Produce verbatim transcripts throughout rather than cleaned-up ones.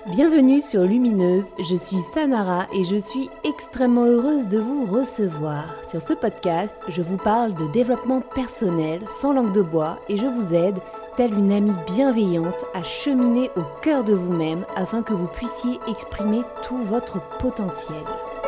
Bienvenue sur Lumineuse, je suis Samara et je suis extrêmement heureuse de vous recevoir. Sur ce podcast, je vous parle de développement personnel sans langue de bois et je vous aide, telle une amie bienveillante, à cheminer au cœur de vous-même afin que vous puissiez exprimer tout votre potentiel.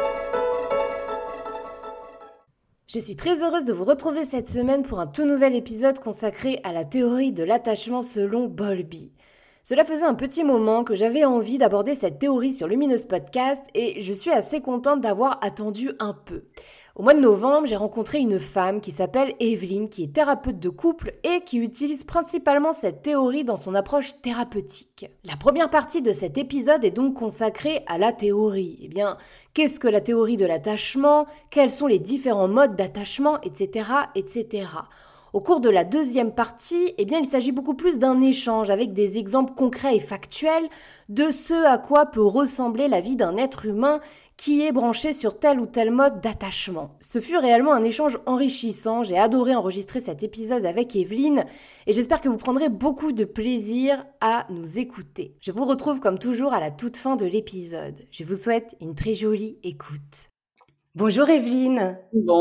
Je suis très heureuse de vous retrouver cette semaine pour un tout nouvel épisode consacré à la théorie de l'attachement selon Bowlby. Cela faisait un petit moment que j'avais envie d'aborder cette théorie sur Lumineuse Podcast et je suis assez contente d'avoir attendu un peu. Au mois de novembre, j'ai rencontré une femme qui s'appelle Evelyne, qui est thérapeute de couple et qui utilise principalement cette théorie dans son approche thérapeutique. La première partie de cet épisode est donc consacrée à la théorie. Eh bien, qu'est-ce que la théorie de l'attachement ? Quels sont les différents modes d'attachement, et cetera, et cetera. Au cours de la deuxième partie, eh bien, il s'agit beaucoup plus d'un échange avec des exemples concrets et factuels de ce à quoi peut ressembler la vie d'un être humain qui est branché sur tel ou tel mode d'attachement. Ce fut réellement un échange enrichissant, j'ai adoré enregistrer cet épisode avec Evelyne et j'espère que vous prendrez beaucoup de plaisir à nous écouter. Je vous retrouve comme toujours à la toute fin de l'épisode. Je vous souhaite une très jolie écoute. Bonjour Evelyne.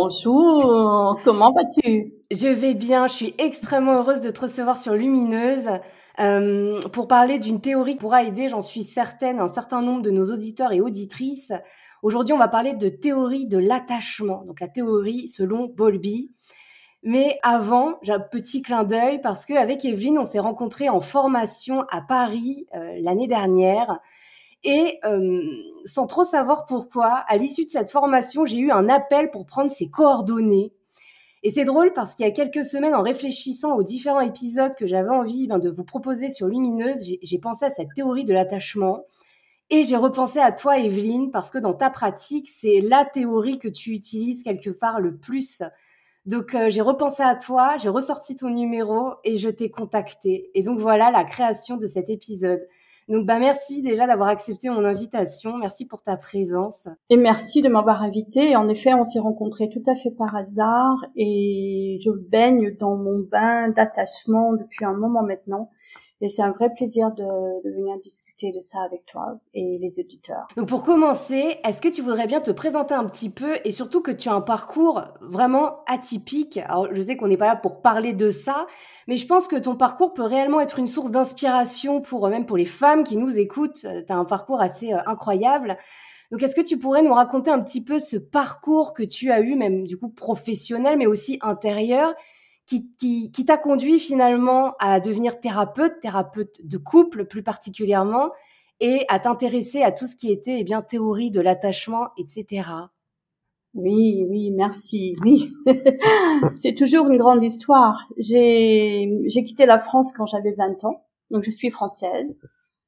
Bonjour, comment vas-tu ? Je vais bien, je suis extrêmement heureuse de te recevoir sur Lumineuse euh, pour parler d'une théorie qui pourra aider, j'en suis certaine, un certain nombre de nos auditeurs et auditrices. Aujourd'hui, on va parler de théorie de l'attachement, donc la théorie selon Bowlby. Mais avant, j'ai un petit clin d'œil parce qu'avec Evelyne, on s'est rencontrés en formation à Paris euh, l'année dernière. Et euh, sans trop savoir pourquoi, à l'issue de cette formation, j'ai eu un appel pour prendre ses coordonnées. Et c'est drôle parce qu'il y a quelques semaines, en réfléchissant aux différents épisodes que j'avais envie ben, de vous proposer sur Lumineuse, j'ai, j'ai pensé à cette théorie de l'attachement. Et j'ai repensé à toi, Evelyne, parce que dans ta pratique, c'est la théorie que tu utilises quelque part le plus. Donc, euh, j'ai repensé à toi, j'ai ressorti ton numéro et je t'ai contacté. Et donc, voilà la création de cet épisode. Donc, bah, merci déjà d'avoir accepté mon invitation. Merci pour ta présence. Et merci de m'avoir invitée. En effet, on s'est rencontrés tout à fait par hasard et je baigne dans mon bain d'attachement depuis un moment maintenant. Et c'est un vrai plaisir de, de venir discuter de ça avec toi et les auditeurs. Donc pour commencer, est-ce que tu voudrais bien te présenter un petit peu et surtout que tu as un parcours vraiment atypique ? Alors je sais qu'on n'est pas là pour parler de ça, mais je pense que ton parcours peut réellement être une source d'inspiration pour même pour les femmes qui nous écoutent. Tu as un parcours assez euh, incroyable. Donc est-ce que tu pourrais nous raconter un petit peu ce parcours que tu as eu, même du coup professionnel, mais aussi intérieur, Qui, qui, qui t'a conduit finalement à devenir thérapeute, thérapeute de couple plus particulièrement, et à t'intéresser à tout ce qui était eh bien théorie de l'attachement, et cetera. Oui, oui, merci. Oui, c'est toujours une grande histoire. J'ai, j'ai quitté la France quand j'avais vingt ans, donc je suis française.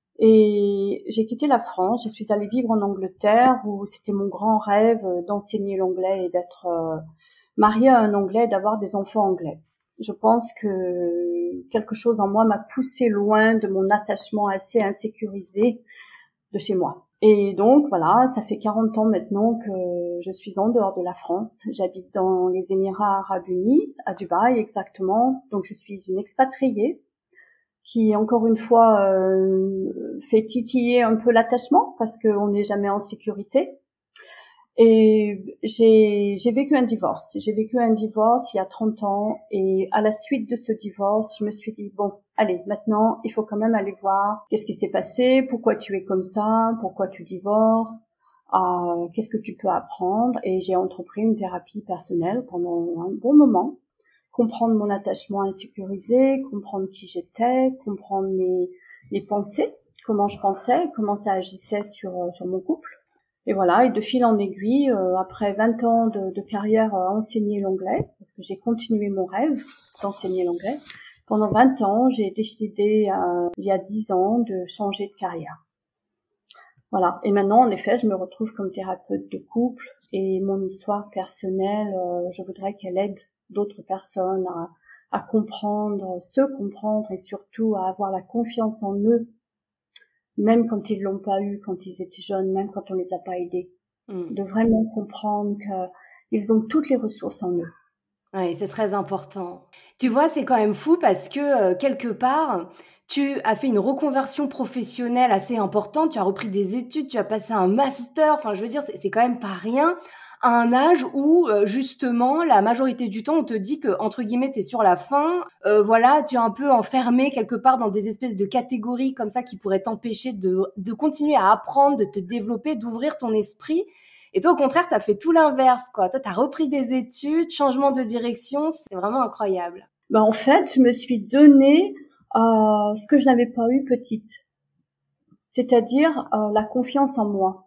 Et j'ai quitté la France, je suis allée vivre en Angleterre où c'était mon grand rêve d'enseigner l'anglais et d'être euh, mariée à un Anglais, d'avoir des enfants anglais. Je pense que quelque chose en moi m'a poussée loin de mon attachement assez insécurisé de chez moi. Et donc voilà, ça fait quarante ans maintenant que je suis en dehors de la France. J'habite dans les Émirats Arabes Unis, à Dubaï exactement. Donc je suis une expatriée qui, encore une fois, euh, fait titiller un peu l'attachement parce qu'on n'est jamais en sécurité. Et j'ai, j'ai vécu un divorce. J'ai vécu un divorce il y a trente ans et à la suite de ce divorce, je me suis dit, bon, allez, maintenant, il faut quand même aller voir qu'est-ce qui s'est passé, pourquoi tu es comme ça, pourquoi tu divorces, euh, qu'est-ce que tu peux apprendre. Et j'ai entrepris une thérapie personnelle pendant un bon moment. Comprendre mon attachement insécurisé, comprendre qui j'étais, comprendre mes, mes pensées, comment je pensais, comment ça agissait sur, sur mon couple. Et voilà, et de fil en aiguille, euh, après vingt ans de, de carrière à enseigner l'anglais, parce que j'ai continué mon rêve d'enseigner l'anglais, pendant vingt ans, j'ai décidé, euh, il y a dix ans, de changer de carrière. Voilà, et maintenant, en effet, je me retrouve comme thérapeute de couple, et mon histoire personnelle, euh, je voudrais qu'elle aide d'autres personnes à, à comprendre, se comprendre, et surtout à avoir la confiance en eux, même quand ils l'ont pas eu, quand ils étaient jeunes, même quand on les a pas aidés, mmh. de vraiment comprendre qu'ils ont toutes les ressources en eux. Oui, c'est très important. Tu vois, c'est quand même fou parce que, euh, quelque part, Tu as fait une reconversion professionnelle assez importante, tu as repris des études, tu as passé un master, enfin je veux dire, c'est, c'est quand même pas rien, à un âge où euh, justement la majorité du temps on te dit que entre guillemets t'es sur la fin, euh, voilà, tu es un peu enfermé quelque part dans des espèces de catégories comme ça qui pourraient t'empêcher de, de continuer à apprendre, de te développer, d'ouvrir ton esprit. Et toi au contraire t'as fait tout l'inverse, quoi. Toi t'as repris des études, changement de direction, c'est vraiment incroyable. Ben, en fait, je me suis donné euh, ce que je n'avais pas eu petite, c'est-à-dire euh, la confiance en moi,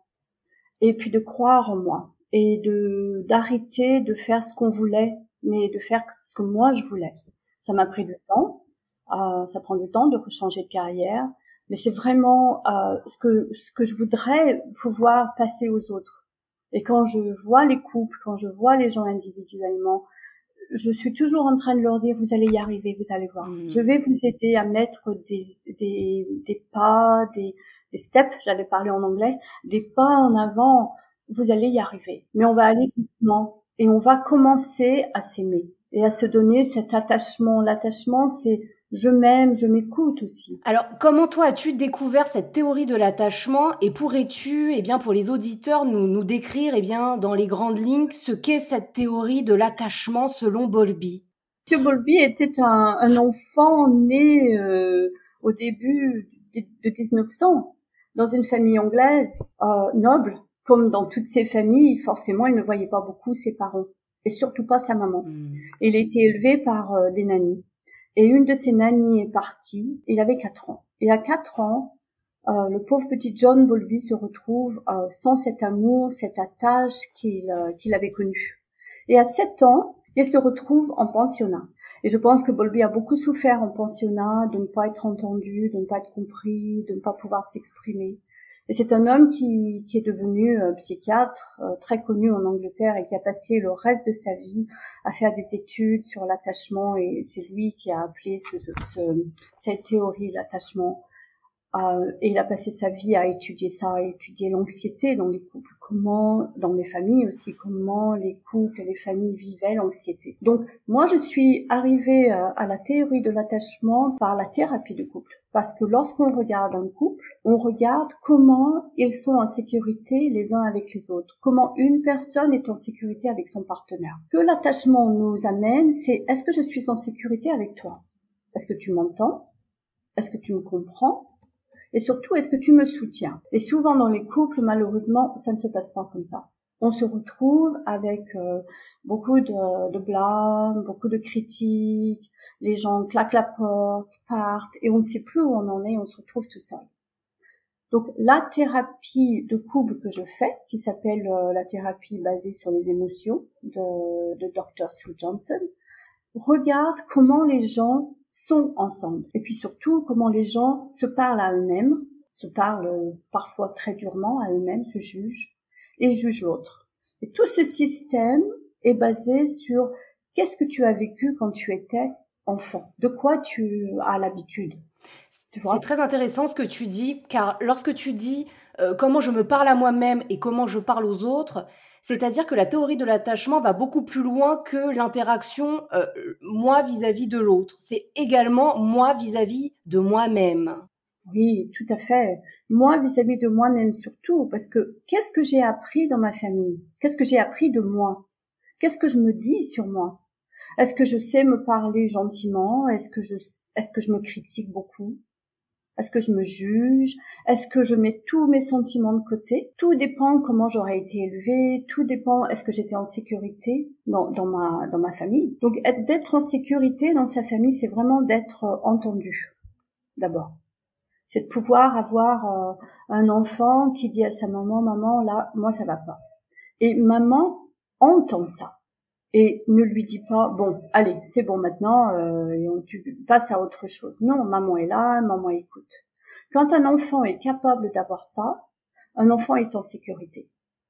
et puis de croire en moi, et de d'arrêter de faire ce qu'on voulait, mais de faire ce que moi je voulais. Ça m'a pris du temps, euh, ça prend du temps de changer de carrière, mais c'est vraiment euh, ce que ce que je voudrais pouvoir passer aux autres. Et quand je vois les couples, quand je vois les gens individuellement, je suis toujours en train de leur dire, vous allez y arriver, vous allez voir. Mmh. Je vais vous aider à mettre des, des, des pas, des, des steps, j'allais parler en anglais, des pas en avant, vous allez y arriver. Mais on va aller doucement et on va commencer à s'aimer et à se donner cet attachement. L'attachement, c'est je m'aime, je m'écoute aussi. Alors, comment toi as-tu découvert cette théorie de l'attachement et pourrais-tu, eh bien, pour les auditeurs, nous, nous décrire, eh bien, dans les grandes lignes, ce qu'est cette théorie de l'attachement selon Bowlby? Monsieur Bowlby était un, un enfant né euh, au début de, de dix-neuf cents dans une famille anglaise euh, noble. Comme dans toutes ces familles, forcément, il ne voyait pas beaucoup ses parents et surtout pas sa maman. Mmh. Il a été élevé par euh, des nannies. Et une de ses nannies est partie, il avait quatre ans. Et à quatre ans, euh, le pauvre petit John Bowlby se retrouve euh, sans cet amour, cette attache qu'il, euh, qu'il avait connue. Et à sept ans, il se retrouve en pensionnat. Et je pense que Bowlby a beaucoup souffert en pensionnat, de ne pas être entendu, de ne pas être compris, de ne pas pouvoir s'exprimer. Et c'est un homme qui, qui est devenu euh, psychiatre, euh, très connu en Angleterre et qui a passé le reste de sa vie à faire des études sur l'attachement. Et c'est lui qui a appelé ce, ce, cette théorie, l'attachement. Euh, et il a passé sa vie à étudier ça, à étudier l'anxiété dans les couples, comment, dans les familles aussi, comment les couples et les familles vivaient l'anxiété. Donc, moi, je suis arrivée à, à la théorie de l'attachement par la thérapie de couple. Parce que lorsqu'on regarde un couple, on regarde comment ils sont en sécurité les uns avec les autres, comment une personne est en sécurité avec son partenaire. Ce que l'attachement nous amène, c'est est-ce que je suis en sécurité avec toi? Est-ce que tu m'entends? Est-ce que tu me comprends? Et surtout, est-ce que tu me soutiens? Et souvent dans les couples, malheureusement, ça ne se passe pas comme ça. On se retrouve avec euh, beaucoup de, de blâme, beaucoup de critiques, les gens claquent la porte, partent, et on ne sait plus où on en est, on se retrouve tout seul. Donc la thérapie de couple que je fais, qui s'appelle euh, la thérapie basée sur les émotions de, de docteur Sue Johnson, regarde comment les gens sont ensemble. Et puis surtout, comment les gens se parlent à eux-mêmes, se parlent parfois très durement à eux-mêmes, se jugent et jugent l'autre. Et tout ce système est basé sur qu'est-ce que tu as vécu quand tu étais enfant, de quoi tu as l'habitude. C'est très intéressant ce que tu dis, car lorsque tu dis euh, comment je me parle à moi-même et comment je parle aux autres, c'est-à-dire que la théorie de l'attachement va beaucoup plus loin que l'interaction euh, moi vis-à-vis de l'autre. C'est également moi vis-à-vis de moi-même. Oui, tout à fait. Moi vis-à-vis de moi-même surtout, parce que qu'est-ce que j'ai appris dans ma famille? Qu'est-ce que j'ai appris de moi? Qu'est-ce que je me dis sur moi? Est-ce que je sais me parler gentiment? Est-ce que je, est-ce que je me critique beaucoup? Est-ce que je me juge? Est-ce que je mets tous mes sentiments de côté? Tout dépend comment j'aurais été élevée, tout dépend est-ce que j'étais en sécurité dans, dans ma dans ma famille. Donc être, d'être en sécurité dans sa famille, c'est vraiment d'être euh, entendu d'abord. C'est de pouvoir avoir euh, un enfant qui dit à sa maman, maman là, moi ça va pas. Et maman entend ça. Et ne lui dis pas, bon, allez, c'est bon maintenant, euh, et on, tu passes à autre chose. Non, maman est là, maman écoute. Quand un enfant est capable d'avoir ça, un enfant est en sécurité.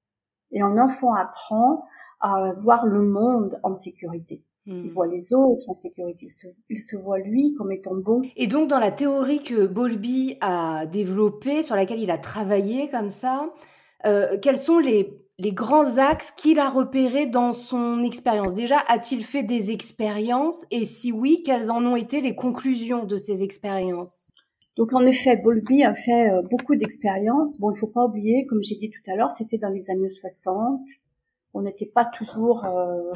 Et un enfant apprend à voir le monde en sécurité. Mmh. Il voit les autres en sécurité, il se, il se voit lui comme étant bon. Et donc dans la théorie que Bowlby a développée, sur laquelle il a travaillé comme ça, euh, quels sont les... les grands axes qu'il a repérés dans son expérience? Déjà, a-t-il fait des expériences? Et si oui, quelles en ont été les conclusions de ces expériences? Donc en effet, Bowlby a fait euh, beaucoup d'expériences. Bon, il faut pas oublier, comme j'ai dit tout à l'heure, c'était dans les années soixante. On n'était pas toujours euh,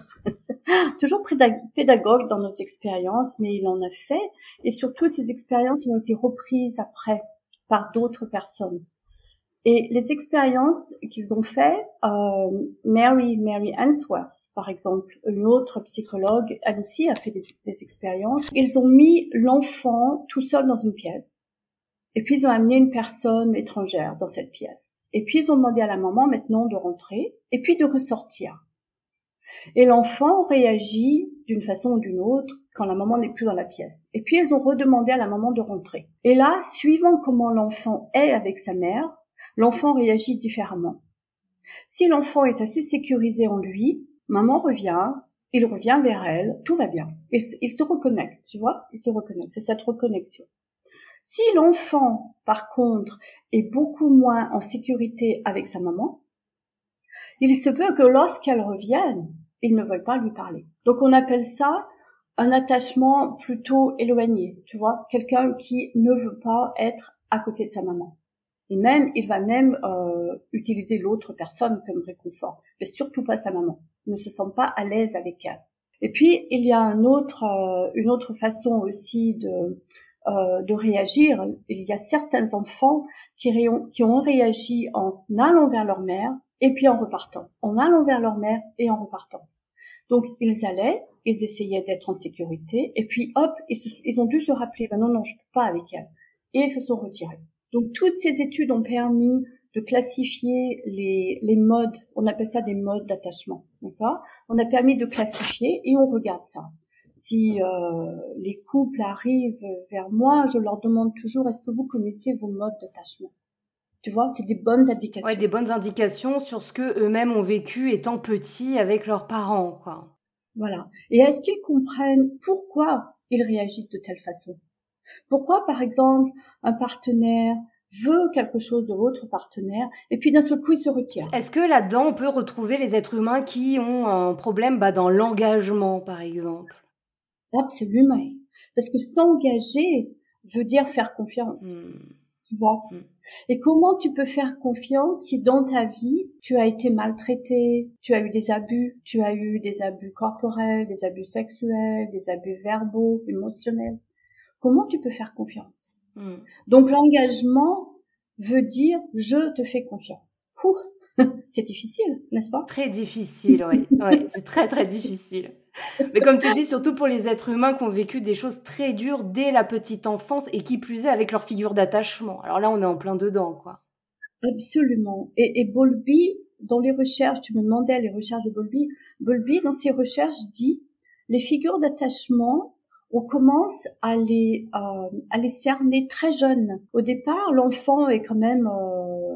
toujours pédagogue dans nos expériences, mais il en a fait. Et surtout, ces expériences ont été reprises après par d'autres personnes. Et les expériences qu'ils ont fait, euh, Mary Mary Ainsworth, par exemple, une autre psychologue, elle aussi a fait des, des expériences. Ils ont mis l'enfant tout seul dans une pièce. Et puis, ils ont amené une personne étrangère dans cette pièce. Et puis, ils ont demandé à la maman maintenant de rentrer et puis de ressortir. Et l'enfant réagit d'une façon ou d'une autre quand la maman n'est plus dans la pièce. Et puis, ils ont redemandé à la maman de rentrer. Et là, suivant comment l'enfant est avec sa mère, l'enfant réagit différemment. Si l'enfant est assez sécurisé en lui, maman revient, il revient vers elle, tout va bien. Il, il se reconnecte, tu vois, il se reconnecte. C'est cette reconnexion. Si l'enfant, par contre, est beaucoup moins en sécurité avec sa maman, il se peut que lorsqu'elle revienne, il ne veuille pas lui parler. Donc on appelle ça un attachement plutôt éloigné, tu vois, quelqu'un qui ne veut pas être à côté de sa maman. Et même, il va même euh, utiliser l'autre personne comme réconfort, mais surtout pas sa maman. Il ne se sent pas à l'aise avec elle. Et puis, il y a un autre, euh, une autre façon aussi de euh, de réagir. Il y a certains enfants qui, ré- qui ont réagi en allant vers leur mère et puis en repartant, en allant vers leur mère et en repartant. Donc, ils allaient, ils essayaient d'être en sécurité, et puis hop, ils, se, ils ont dû se rappeler, ben non, non, je peux pas avec elle. Et ils se sont retirés. Donc, toutes ces études ont permis de classifier les, les modes, on appelle ça des modes d'attachement, d'accord? On a permis de classifier et on regarde ça. Si euh, les couples arrivent vers moi, je leur demande toujours, est-ce que vous connaissez vos modes d'attachement? Tu vois, c'est des bonnes indications. Ouais, des bonnes indications sur ce que eux-mêmes ont vécu étant petits avec leurs parents, quoi. Voilà. Et est-ce qu'ils comprennent pourquoi ils réagissent de telle façon? Pourquoi, par exemple, un partenaire veut quelque chose de l'autre partenaire et puis d'un seul coup, il se retire? Est-ce que là-dedans, on peut retrouver les êtres humains qui ont un problème bah, dans l'engagement, par exemple? Absolument. Oui. Parce que s'engager veut dire faire confiance. Mmh. Tu vois? Mmh. Et comment tu peux faire confiance si dans ta vie, tu as été maltraité, tu as eu des abus, tu as eu des abus corporels, des abus sexuels, des abus verbaux, émotionnels? Comment tu peux faire confiance? Mmh. Donc l'engagement veut dire je te fais confiance. Ouh, c'est difficile, n'est-ce pas? Très difficile, oui. Ouais, c'est très très difficile. Mais comme tu dis, surtout pour les êtres humains qui ont vécu des choses très dures dès la petite enfance et qui plus est avec leur figure d'attachement. Alors là, on est en plein dedans, quoi. Absolument. Et, et Bowlby, dans les recherches, tu me demandais les recherches de Bowlby, Bowlby, dans ses recherches, dit les figures d'attachement, on commence à les, euh, à les cerner très jeunes. Au départ, l'enfant est quand même... Euh,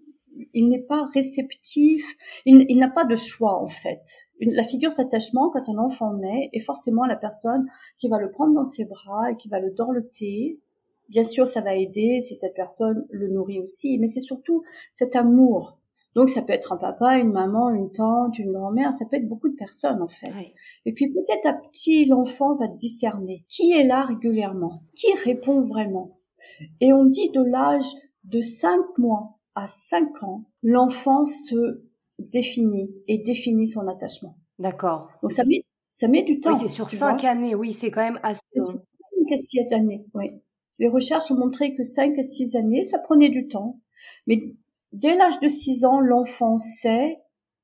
il n'est pas réceptif, il, il n'a pas de choix en fait. Une, la figure d'attachement, quand un enfant naît, est forcément la personne qui va le prendre dans ses bras et qui va le dorloter. Bien sûr, ça va aider si cette personne le nourrit aussi, mais c'est surtout cet amour. Donc ça peut être un papa, une maman, une tante, une grand-mère, ça peut être beaucoup de personnes en fait. Oui. Et puis petit à petit, l'enfant va discerner qui est là régulièrement, qui répond vraiment. Et on dit de l'âge de cinq mois à cinq ans, l'enfant se définit et définit son attachement. D'accord. Donc ça met, ça met du temps. Oui, c'est sur cinq vois. années, oui, c'est quand même assez long. cinq à six années, oui. Les recherches ont montré que cinq à six années, ça prenait du temps. Mais dès l'âge de six ans, l'enfant sait,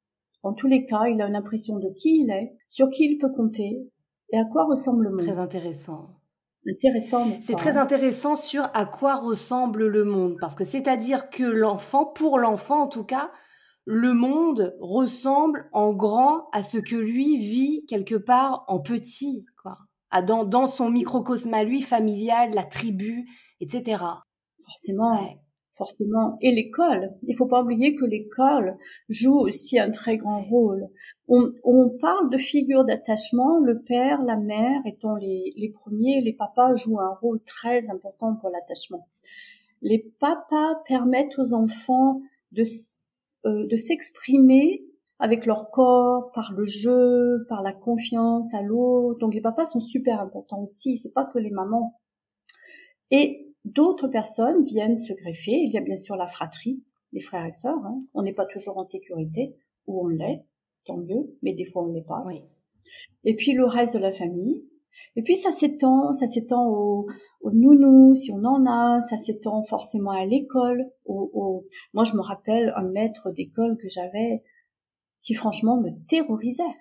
en tous les cas, il a une impression de qui il est, sur qui il peut compter et à quoi ressemble le monde. Très intéressant. Intéressant, n'est-ce C'est pas, très hein? intéressant sur à quoi ressemble le monde, parce que c'est-à-dire que l'enfant, pour l'enfant en tout cas, le monde ressemble en grand à ce que lui vit quelque part en petit, quoi. À dans, dans son microcosme à lui, familial, la tribu, et cetera. Forcément, Ouais. forcément. Et l'école, il faut pas oublier que l'école joue aussi un très grand rôle. On, on parle de figure d'attachement, le père, la mère étant les, les premiers, les papas jouent un rôle très important pour l'attachement. Les papas permettent aux enfants de, euh, de s'exprimer avec leur corps, par le jeu, par la confiance à l'autre. Donc les papas sont super importants aussi, c'est pas que les mamans. Et d'autres personnes viennent se greffer. Il y a bien sûr la fratrie, les frères et sœurs. Hein. On n'est pas toujours en sécurité, ou on l'est, tant mieux, mais des fois on ne l'est pas. Oui. Et puis le reste de la famille. Et puis ça s'étend, ça s'étend au, au nounou, si on en a, ça s'étend forcément à l'école. Au, au... Moi, je me rappelle un maître d'école que j'avais qui franchement me terrorisait,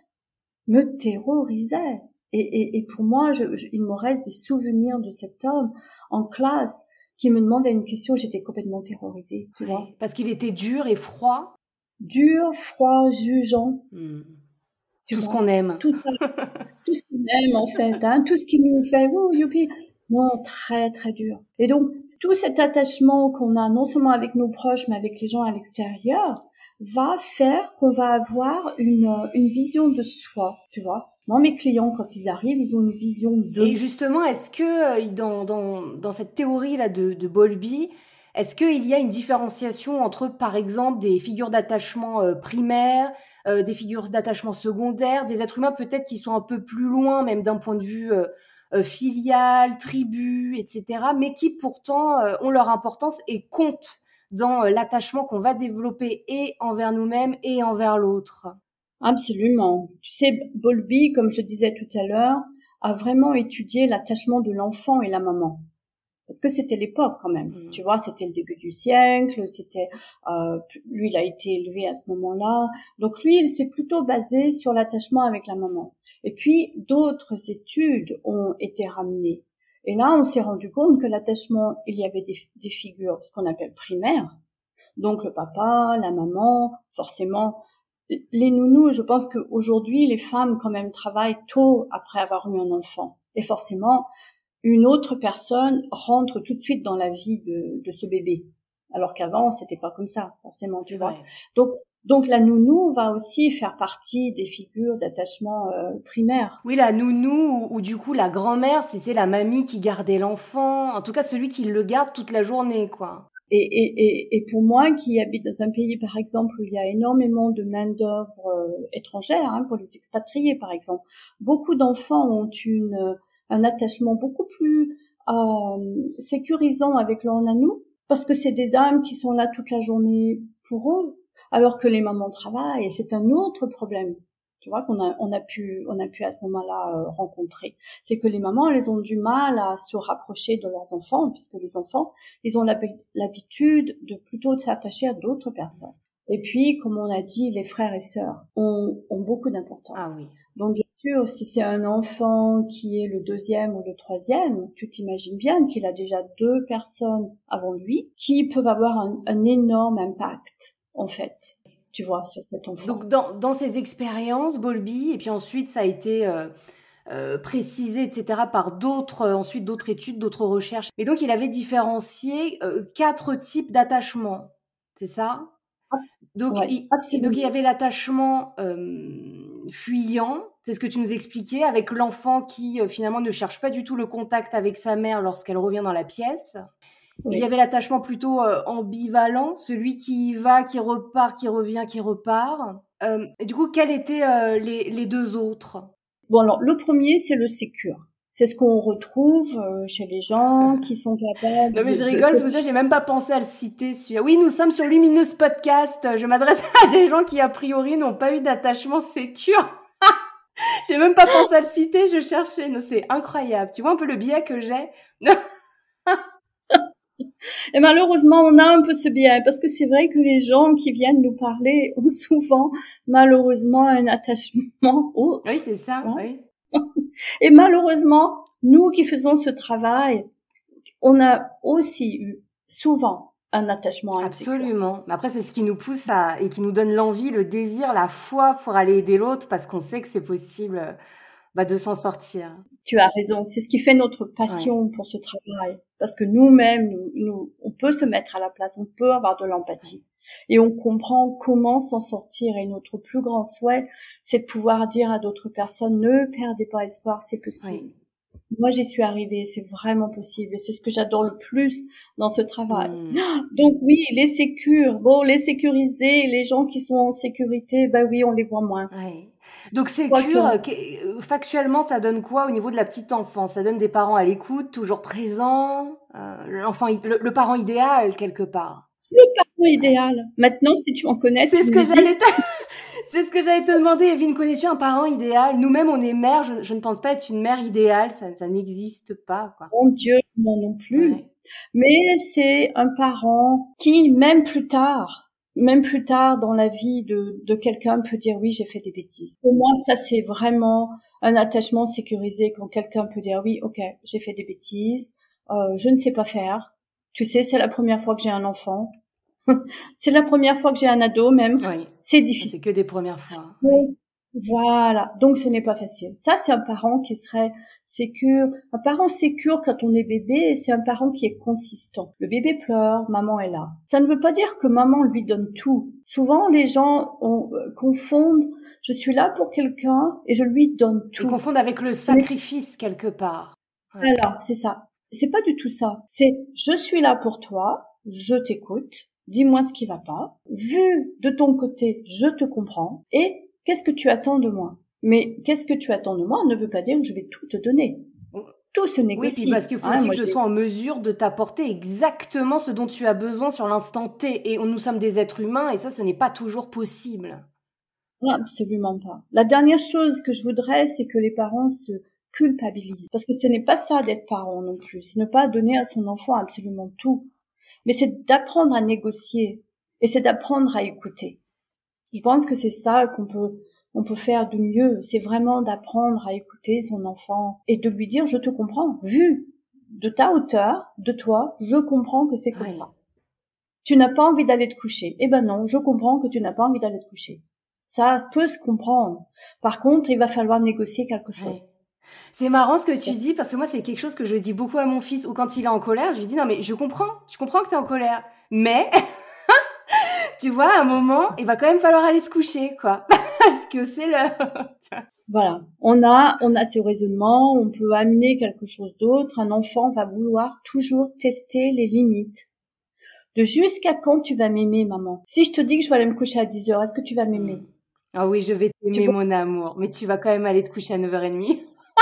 me terrorisait. Et, et, et pour moi, je, je, il me reste des souvenirs de cet homme en classe qui me demandait une question, j'étais complètement terrorisée, tu Oui, vois. parce qu'il était dur et froid. Dur, froid, jugeant. Mmh. Tu Tout vois, ce qu'on aime. Tout, tout ce qu'on aime, en fait, hein, tout ce qui nous fait, oh, youpi. Non, très, très dur. Et donc, tout cet attachement qu'on a, non seulement avec nos proches, mais avec les gens à l'extérieur, va faire qu'on va avoir une, une vision de soi, tu vois. Moi, mes clients, quand ils arrivent, ils ont une vision de... Et justement, est-ce que dans, dans, dans cette théorie-là de, de Bowlby, est-ce qu'il y a une différenciation entre, par exemple, des figures d'attachement euh, primaires, euh, des figures d'attachement secondaires, des êtres humains peut-être qui sont un peu plus loin, même d'un point de vue euh, euh, filial, tribu, et cetera, mais qui pourtant euh, ont leur importance et comptent dans euh, l'attachement qu'on va développer et envers nous-mêmes et envers l'autre? Absolument. Tu sais, Bowlby, comme je disais tout à l'heure, a vraiment étudié l'attachement de l'enfant et la maman. Parce que c'était l'époque quand même. Mmh. Tu vois, c'était le début du siècle, c'était euh, lui, il a été élevé à ce moment-là. Donc lui, il s'est plutôt basé sur l'attachement avec la maman. Et puis, d'autres études ont été ramenées. Et là, on s'est rendu compte que l'attachement, il y avait des, des figures, ce qu'on appelle primaires. Donc le papa, la maman, forcément... Les nounous, je pense qu'aujourd'hui, les femmes quand même travaillent tôt après avoir eu un enfant. Et forcément, une autre personne rentre tout de suite dans la vie de, de ce bébé. Alors qu'avant, c'était pas comme ça, forcément, tu vois. Donc, donc la nounou va aussi faire partie des figures d'attachement euh, primaire. Oui, la nounou ou, ou du coup la grand-mère, si c'est la mamie qui gardait l'enfant, en tout cas celui qui le garde toute la journée, quoi. Et, et, et, et pour moi, qui habite dans un pays, par exemple, où il y a énormément de main-d'œuvre euh, étrangère, hein, pour les expatriés, par exemple, beaucoup d'enfants ont une, un attachement beaucoup plus euh, sécurisant avec leur nanou, parce que c'est des dames qui sont là toute la journée pour eux, alors que les mamans travaillent, et c'est un autre problème. Tu vois qu'on a on a pu on a pu à ce moment-là euh, rencontrer, c'est que les mamans elles ont du mal à se rapprocher de leurs enfants puisque les enfants ils ont l'habitude de plutôt de s'attacher à d'autres personnes. Et puis comme on a dit, les frères et sœurs ont, ont beaucoup d'importance. Ah oui. Donc bien sûr, si c'est un enfant qui est le deuxième ou le troisième, tu t'imagines bien qu'il a déjà deux personnes avant lui qui peuvent avoir un, un énorme impact en fait. Tu vois, sur cet enfant. Donc, dans, dans ces expériences, Bowlby, et puis ensuite, ça a été euh, euh, précisé, et cetera, par d'autres, euh, ensuite d'autres études, d'autres recherches. Et donc, il avait différencié euh, quatre types d'attachement, c'est ça? Donc, ouais, il, et donc, il y avait l'attachement euh, fuyant, c'est ce que tu nous expliquais, avec l'enfant qui, euh, finalement, ne cherche pas du tout le contact avec sa mère lorsqu'elle revient dans la pièce. Oui. Il y avait l'attachement plutôt euh, ambivalent, celui qui y va, qui repart, qui revient, qui repart. Euh, et du coup, quels étaient euh, les, les deux autres? Bon, alors, le premier, c'est le sécure. C'est ce qu'on retrouve euh, chez les gens qui sont capables... Non mais de, je rigole, de... parce que déjà, j'ai même pas pensé à le citer. Celui-là. Oui, nous sommes sur Lumineuse Podcast. Je m'adresse à des gens qui, a priori, n'ont pas eu d'attachement sécure. J'ai même pas pensé à le citer, je cherchais. Non, c'est incroyable. Tu vois un peu le biais que j'ai? Et malheureusement, on a un peu ce biais, parce que c'est vrai que les gens qui viennent nous parler ont souvent, malheureusement, un attachement autre. Oui, c'est ça, hein, oui. Et malheureusement, nous qui faisons ce travail, on a aussi eu souvent un attachement insécure. Absolument. Mais après, c'est ce qui nous pousse à, et qui nous donne l'envie, le désir, la foi pour aller aider l'autre, parce qu'on sait que c'est possible bah, de s'en sortir. Tu as raison, c'est ce qui fait notre passion ouais. pour ce travail, parce que nous-mêmes, nous, nous, on peut se mettre à la place, on peut avoir de l'empathie, ouais. et on comprend comment s'en sortir, et notre plus grand souhait, c'est de pouvoir dire à d'autres personnes, ne perdez pas espoir, c'est possible. Ouais. Moi, j'y suis arrivée, c'est vraiment possible, et c'est ce que j'adore le plus dans ce travail. Mmh. Donc oui, les sécures, bon, les sécuriser, les gens qui sont en sécurité, ben oui, on les voit moins. Ouais. Donc sécure, que... factuellement, ça donne quoi au niveau de la petite enfance? Ça donne des parents à l'écoute, toujours présents? euh, l'enfant, le, le parent idéal quelque part. Le parent idéal. Maintenant, si tu en connais, C'est tu ce me que le dis. j'allais te... C'est ce que j'allais te demander, Evelyne, connais-tu un parent idéal? Nous-mêmes, on est mère, je, je ne pense pas être une mère idéale, ça, ça n'existe pas, quoi. Mon Dieu, moi non plus. Ouais. Mais c'est un parent qui, même plus tard, même plus tard dans la vie de, de quelqu'un, peut dire oui, j'ai fait des bêtises. Pour moi, ça c'est vraiment un attachement sécurisé quand quelqu'un peut dire oui, ok, j'ai fait des bêtises, euh, je ne sais pas faire. Tu sais, c'est la première fois que j'ai un enfant. C'est la première fois que j'ai un ado même. Oui. C'est difficile. C'est que des premières fois. Donc, Oui. voilà. Donc, ce n'est pas facile. Ça, c'est un parent qui serait sécure. Un parent sécure quand on est bébé, c'est un parent qui est consistant. Le bébé pleure, maman est là. Ça ne veut pas dire que maman lui donne tout. Souvent, les gens ont, euh, confondent je suis là pour quelqu'un et je lui donne tout. Ils confondent avec le sacrifice quelque part. Ouais. Voilà, c'est ça. C'est pas du tout ça. C'est je suis là pour toi, je t'écoute, dis-moi ce qui va pas. Vu de ton côté, je te comprends et qu'est-ce que tu attends de moi? Mais qu'est-ce que tu attends de moi ne veut pas dire que je vais tout te donner. Tout se négocie. Oui, puis parce qu'il faut hein, aussi moi, que je j'ai... sois en mesure de t'apporter exactement ce dont tu as besoin sur l'instant T. Et nous sommes des êtres humains et ça, ce n'est pas toujours possible. Non, absolument pas. La dernière chose que je voudrais, c'est que les parents se culpabilisent. Parce que ce n'est pas ça d'être parent non plus. C'est ne pas donner à son enfant absolument tout. Mais c'est d'apprendre à négocier. Et c'est d'apprendre à écouter. Je pense que c'est ça qu'on peut, on peut faire de mieux. C'est vraiment d'apprendre à écouter son enfant et de lui dire, je te comprends. Vu de ta hauteur, de toi, je comprends que c'est comme Oui. ça. Tu n'as pas envie d'aller te coucher. Eh ben non, je comprends que tu n'as pas envie d'aller te coucher. Ça peut se comprendre. Par contre, il va falloir négocier quelque chose. Oui. C'est marrant ce que tu dis parce que moi, c'est quelque chose que je dis beaucoup à mon fils ou quand il est en colère, je lui dis non mais je comprends, je comprends que tu es en colère. Mais, tu vois, à un moment, il va quand même falloir aller se coucher, quoi. Parce que c'est l'heure. Voilà. On a, on a ce raisonnement, on peut amener quelque chose d'autre. Un enfant va vouloir toujours tester les limites. De jusqu'à quand tu vas m'aimer, maman? Si je te dis que je vais aller me coucher à dix heures, est-ce que tu vas m'aimer? Mmh. Ah oui, je vais t'aimer, mon amour. Mais tu vas quand même aller te coucher à neuf heures trente.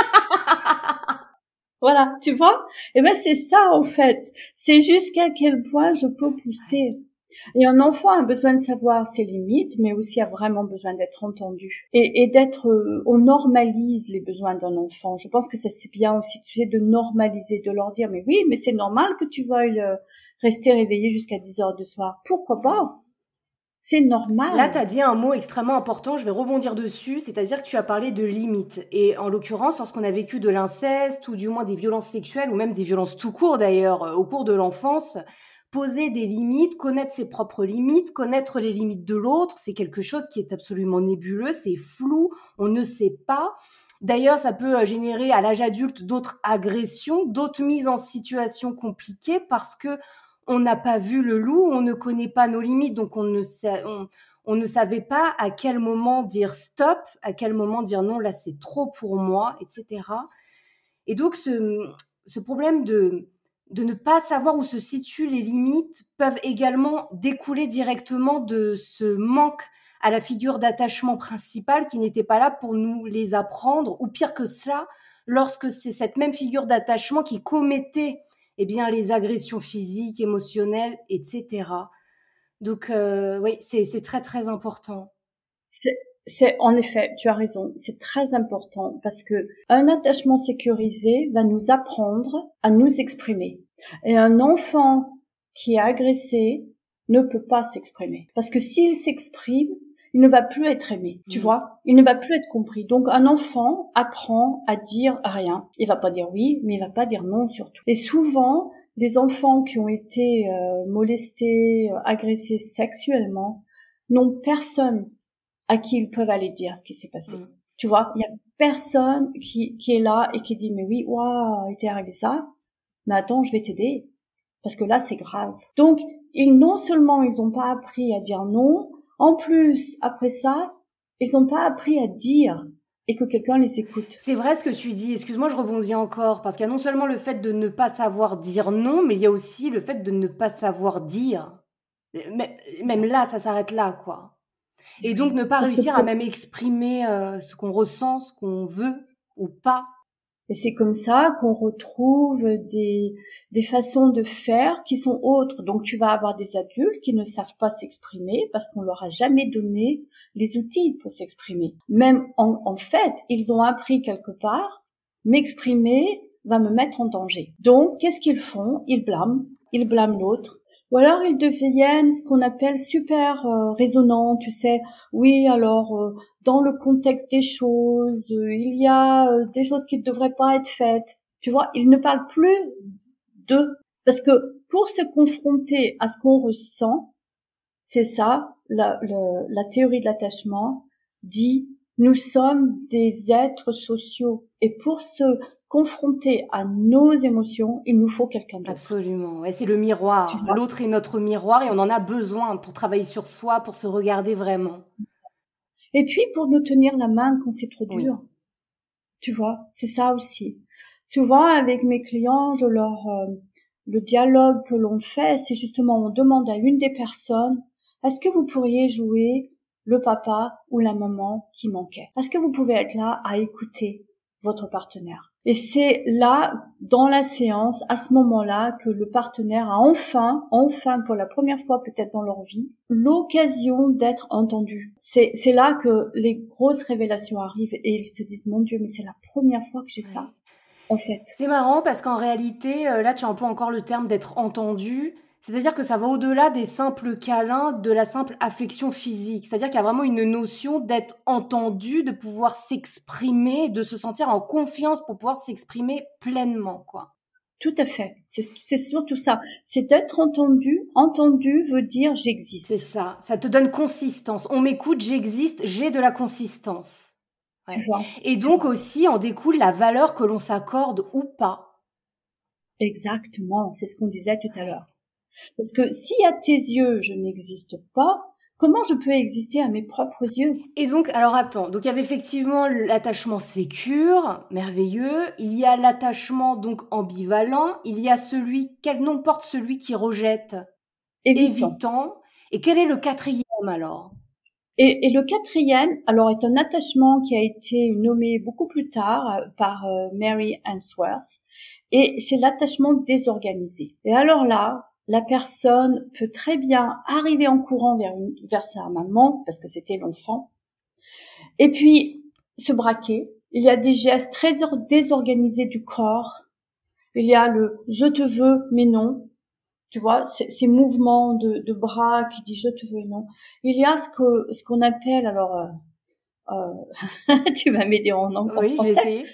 Voilà, tu vois? Eh ben, c'est ça, en fait. C'est jusqu'à quel point je peux pousser. Et un enfant a besoin de savoir ses limites, mais aussi a vraiment besoin d'être entendu. Et, et d'être, euh, on normalise les besoins d'un enfant. Je pense que ça c'est bien aussi, tu sais, de normaliser, de leur dire, mais oui, mais c'est normal que tu veuilles euh, rester réveillé jusqu'à dix heures du soir. Pourquoi pas? C'est normal. Là, tu as dit un mot extrêmement important, je vais rebondir dessus, c'est-à-dire que tu as parlé de limites. Et en l'occurrence, lorsqu'on a vécu de l'inceste, ou du moins des violences sexuelles, ou même des violences tout court d'ailleurs, euh, au cours de l'enfance, poser des limites, connaître ses propres limites, connaître les limites de l'autre, c'est quelque chose qui est absolument nébuleux, c'est flou, on ne sait pas. D'ailleurs, ça peut générer à l'âge adulte d'autres agressions, d'autres mises en situation compliquées parce que on n'a pas vu le loup, on ne connaît pas nos limites, donc on ne, sa- on, on ne savait pas à quel moment dire stop, à quel moment dire non, là c'est trop pour moi, et cetera. Et donc ce, ce problème de, de ne pas savoir où se situent les limites peuvent également découler directement de ce manque à la figure d'attachement principale qui n'était pas là pour nous les apprendre, ou pire que cela, lorsque c'est cette même figure d'attachement qui commettait eh bien, les agressions physiques, émotionnelles, et cetera. Donc, euh, oui, c'est, c'est très, très important. C'est, c'est, en effet, tu as raison, c'est très important parce que un attachement sécurisé va nous apprendre à nous exprimer. Et un enfant qui est agressé ne peut pas s'exprimer. Parce que s'il s'exprime, il ne va plus être aimé, tu mmh. vois. Il ne va plus être compris. Donc, un enfant apprend à dire rien. Il va pas dire oui, mais il va pas dire non surtout. Et souvent, les enfants qui ont été euh, molestés, euh, agressés sexuellement, n'ont personne à qui ils peuvent aller dire ce qui s'est passé. Mmh. Tu vois, il y a personne qui, qui est là et qui dit, mais oui, waouh, il t'est arrivé ça. Mais attends, je vais t'aider. Parce que là, c'est grave. Donc, ils, non seulement ils ont pas appris à dire non, en plus, après ça, ils n'ont pas appris à dire et que quelqu'un les écoute. C'est vrai ce que tu dis. Excuse-moi, je rebondis encore. Parce qu'il y a non seulement le fait de ne pas savoir dire non, mais il y a aussi le fait de ne pas savoir dire. Même là, ça s'arrête là, quoi. Et donc, ne pas Parce réussir que... à même exprimer euh, ce qu'on ressent, ce qu'on veut ou pas. Et c'est comme ça qu'on retrouve des, des façons de faire qui sont autres. Donc, tu vas avoir des adultes qui ne savent pas s'exprimer parce qu'on leur a jamais donné les outils pour s'exprimer. Même en, en fait, ils ont appris quelque part, m'exprimer va me mettre en danger. Donc, qu'est-ce qu'ils font? Ils blâment. Ils blâment l'autre. Ou alors ils deviennent ce qu'on appelle super euh, résonnants, tu sais. Oui, alors euh, dans le contexte des choses, euh, il y a euh, des choses qui ne devraient pas être faites. Tu vois, ils ne parlent plus d'eux. Parce que pour se confronter à ce qu'on ressent, c'est ça, la, la, la théorie de l'attachement dit, nous sommes des êtres sociaux. Et pour se confronter à nos émotions, il nous faut quelqu'un d'autre. Absolument. Et c'est le miroir. L'autre est notre miroir et on en a besoin pour travailler sur soi, pour se regarder vraiment. Et puis pour nous tenir la main quand c'est trop dur. Oui. Tu vois, c'est ça aussi. Souvent avec mes clients, je leur euh, le dialogue que l'on fait, c'est justement on demande à une des personnes, est-ce que vous pourriez jouer le papa ou la maman qui manquait? Est-ce que vous pouvez être là à écouter votre partenaire? Et c'est là, dans la séance, à ce moment-là, que le partenaire a enfin, enfin, pour la première fois peut-être dans leur vie, l'occasion d'être entendu. C'est, c'est là que les grosses révélations arrivent et ils se disent, mon Dieu, mais c'est la première fois que j'ai Ouais. ça, en fait. C'est marrant parce qu'en réalité, là, tu emploies encore le terme d'être entendu. C'est-à-dire que ça va au-delà des simples câlins, de la simple affection physique. C'est-à-dire qu'il y a vraiment une notion d'être entendu, de pouvoir s'exprimer, de se sentir en confiance pour pouvoir s'exprimer pleinement, quoi. Tout à fait. C'est, c'est surtout ça. C'est d'être entendu. Entendu veut dire j'existe. C'est ça. Ça te donne consistance. On m'écoute, j'existe, j'ai de la consistance. Ouais. Tu vois, Et donc aussi en découle la valeur que l'on s'accorde ou pas. Exactement. C'est ce qu'on disait tout à l'heure. Parce que si à tes yeux, je n'existe pas, comment je peux exister à mes propres yeux? Et donc, alors attends, donc il y avait effectivement l'attachement sécure, merveilleux, il y a l'attachement donc ambivalent, il y a celui, quel nom porte celui qui rejette? Évitant. Évitant. Et quel est le quatrième alors? Et, et le quatrième, alors, est un attachement qui a été nommé beaucoup plus tard par euh, Mary Ainsworth, et c'est l'attachement désorganisé. Et alors là, la personne peut très bien arriver en courant vers, une, vers sa maman, parce que c'était l'enfant, et puis se braquer. Il y a des gestes très désorganisés du corps. Il y a le « je te veux, mais non ». Tu vois, ces mouvements de, de bras qui disent « je te veux, non ». Il y a ce que ce qu'on appelle, alors, euh, euh, tu vas m'aider en, en oui, français. Oui, j'ai essayé.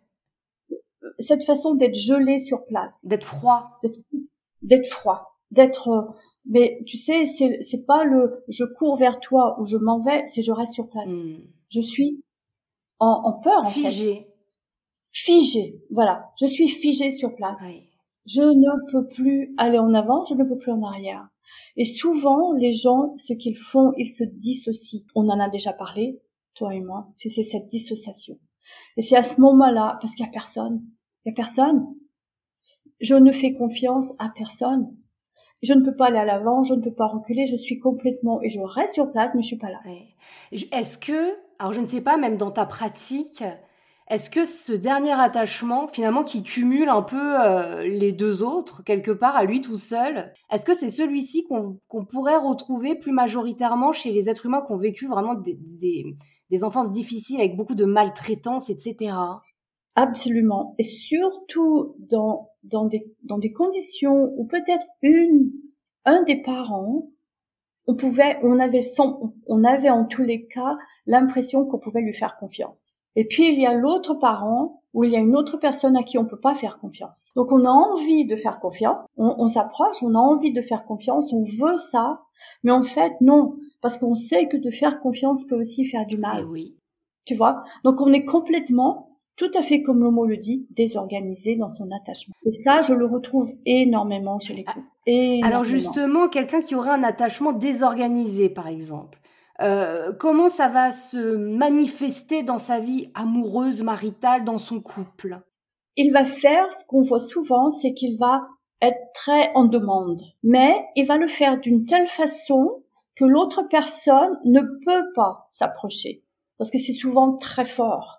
Cette façon d'être gelé sur place. D'être froid. D'être, d'être froid. D'être... Mais tu sais, c'est, c'est pas le « je cours vers toi » ou « je m'en vais », c'est « je reste sur place mm. ». Je suis en, en peur, en Figé. fait. Figé. Figé, voilà. Je suis figée sur place. Oui. Je ne peux plus aller en avant, je ne peux plus en arrière. Et souvent, les gens, ce qu'ils font, ils se dissocient. On en a déjà parlé, toi et moi, c'est cette dissociation. Et c'est à ce moment-là, parce qu'il y a personne. Il y a personne. Je ne fais confiance à personne. Je ne peux pas aller à l'avant, je ne peux pas reculer, je suis complètement... Et je reste sur place, mais je suis pas là. Oui. Est-ce que, alors je ne sais pas, même dans ta pratique... Est-ce que ce dernier attachement, finalement, qui cumule un peu euh, les deux autres, quelque part, à lui tout seul, est-ce que c'est celui-ci qu'on qu'on pourrait retrouver plus majoritairement chez les êtres humains qui ont vécu vraiment des, des, des enfances difficiles avec beaucoup de maltraitance, et cetera? Absolument. Et surtout dans, dans, des, dans des conditions où peut-être une, un des parents, on pouvait, on avait, sans, on avait en tous les cas l'impression qu'on pouvait lui faire confiance. Et puis, il y a l'autre parent où il y a une autre personne à qui on peut pas faire confiance. Donc, on a envie de faire confiance, on, on s'approche, on a envie de faire confiance, on veut ça, mais en fait, non, parce qu'on sait que de faire confiance peut aussi faire du mal. Eh oui. Tu vois? Donc, on est complètement, tout à fait comme le mot le dit, désorganisé dans son attachement. Et ça, je le retrouve énormément chez les couples. Énormément. Alors justement, quelqu'un qui aurait un attachement désorganisé, par exemple, Euh, comment ça va se manifester dans sa vie amoureuse, maritale, dans son couple? Il va faire ce qu'on voit souvent, c'est qu'il va être très en demande. Mais il va le faire d'une telle façon que l'autre personne ne peut pas s'approcher. Parce que c'est souvent très fort.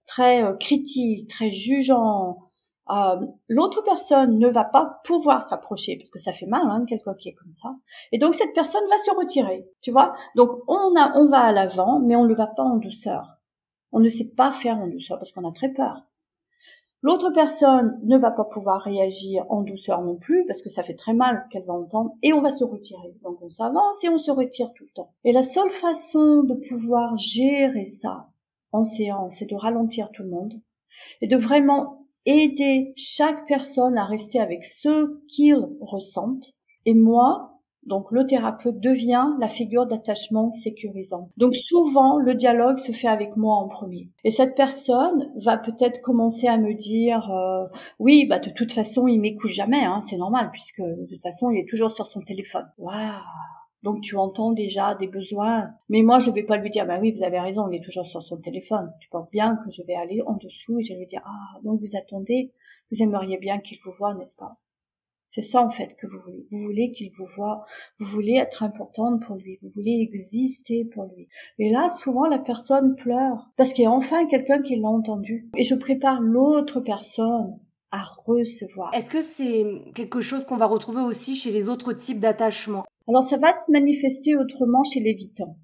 très euh, critique, très jugeant, euh, l'autre personne ne va pas pouvoir s'approcher parce que ça fait mal, hein, quelqu'un qui est comme ça. Et donc cette personne va se retirer, tu vois. Donc on a, on va à l'avant, mais on ne va pas en douceur. On ne sait pas faire en douceur parce qu'on a très peur. L'autre personne ne va pas pouvoir réagir en douceur non plus parce que ça fait très mal ce qu'elle va entendre et on va se retirer. Donc on s'avance et on se retire tout le temps. Et la seule façon de pouvoir gérer ça en séance, c'est de ralentir tout le monde et de vraiment aider chaque personne à rester avec ce qu'ils ressentent. Et moi, donc le thérapeute devient la figure d'attachement sécurisant. Donc souvent, le dialogue se fait avec moi en premier. Et cette personne va peut-être commencer à me dire euh, oui, bah de toute façon, il m'écoute jamais, hein, c'est normal puisque de toute façon, il est toujours sur son téléphone. Waouh. Donc tu entends déjà des besoins. Mais moi, je vais pas lui dire bah oui, vous avez raison, il est toujours sur son téléphone. Tu penses bien que je vais aller en dessous et je vais lui dire ah, donc vous attendez, vous aimeriez bien qu'il vous voie, n'est-ce pas? C'est ça en fait que vous voulez. Vous voulez qu'il vous voie, vous voulez être importante pour lui, vous voulez exister pour lui. Et là, souvent, la personne pleure parce qu'il y a enfin quelqu'un qui l'a entendu. Et je prépare l'autre personne à recevoir. Est-ce que c'est quelque chose qu'on va retrouver aussi chez les autres types d'attachements? Alors ça va se manifester autrement chez l'évitant.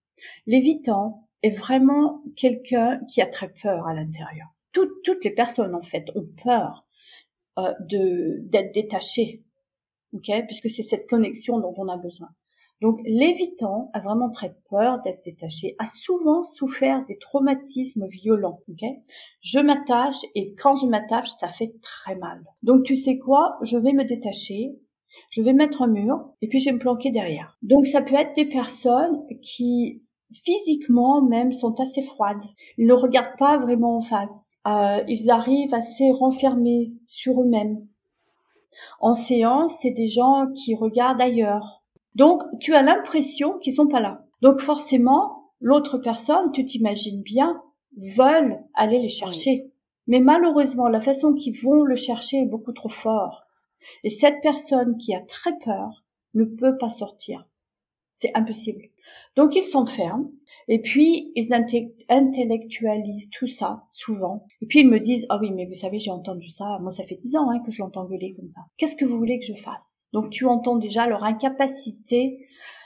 L'évitant est vraiment quelqu'un qui a très peur à l'intérieur. Toutes, toutes les personnes en fait ont peur. Euh, de d'être détaché, ok, puisque c'est cette connexion dont on a besoin. Donc l'évitant a vraiment très peur d'être détaché, a souvent souffert des traumatismes violents, ok. Je m'attache et quand je m'attache, ça fait très mal. Donc tu sais quoi, je vais me détacher, je vais mettre un mur et puis je vais me planquer derrière. Donc ça peut être des personnes qui physiquement même sont assez froides. Ils ne regardent pas vraiment en face. Euh, ils arrivent assez renfermés sur eux-mêmes. En séance, c'est des gens qui regardent ailleurs. Donc, tu as l'impression qu'ils sont pas là. Donc, forcément, l'autre personne, tu t'imagines bien, veulent aller les chercher. Oui. Mais malheureusement, la façon qu'ils vont le chercher est beaucoup trop forte. Et cette personne qui a très peur ne peut pas sortir. C'est impossible. Donc, ils s'enferment. Et puis, ils intellectualisent tout ça, souvent. Et puis, ils me disent, ah oui, mais vous savez, j'ai entendu ça. Moi, ça fait dix ans hein, que je l'entends gueuler comme ça. Qu'est-ce que vous voulez que je fasse? Donc, tu entends déjà leur incapacité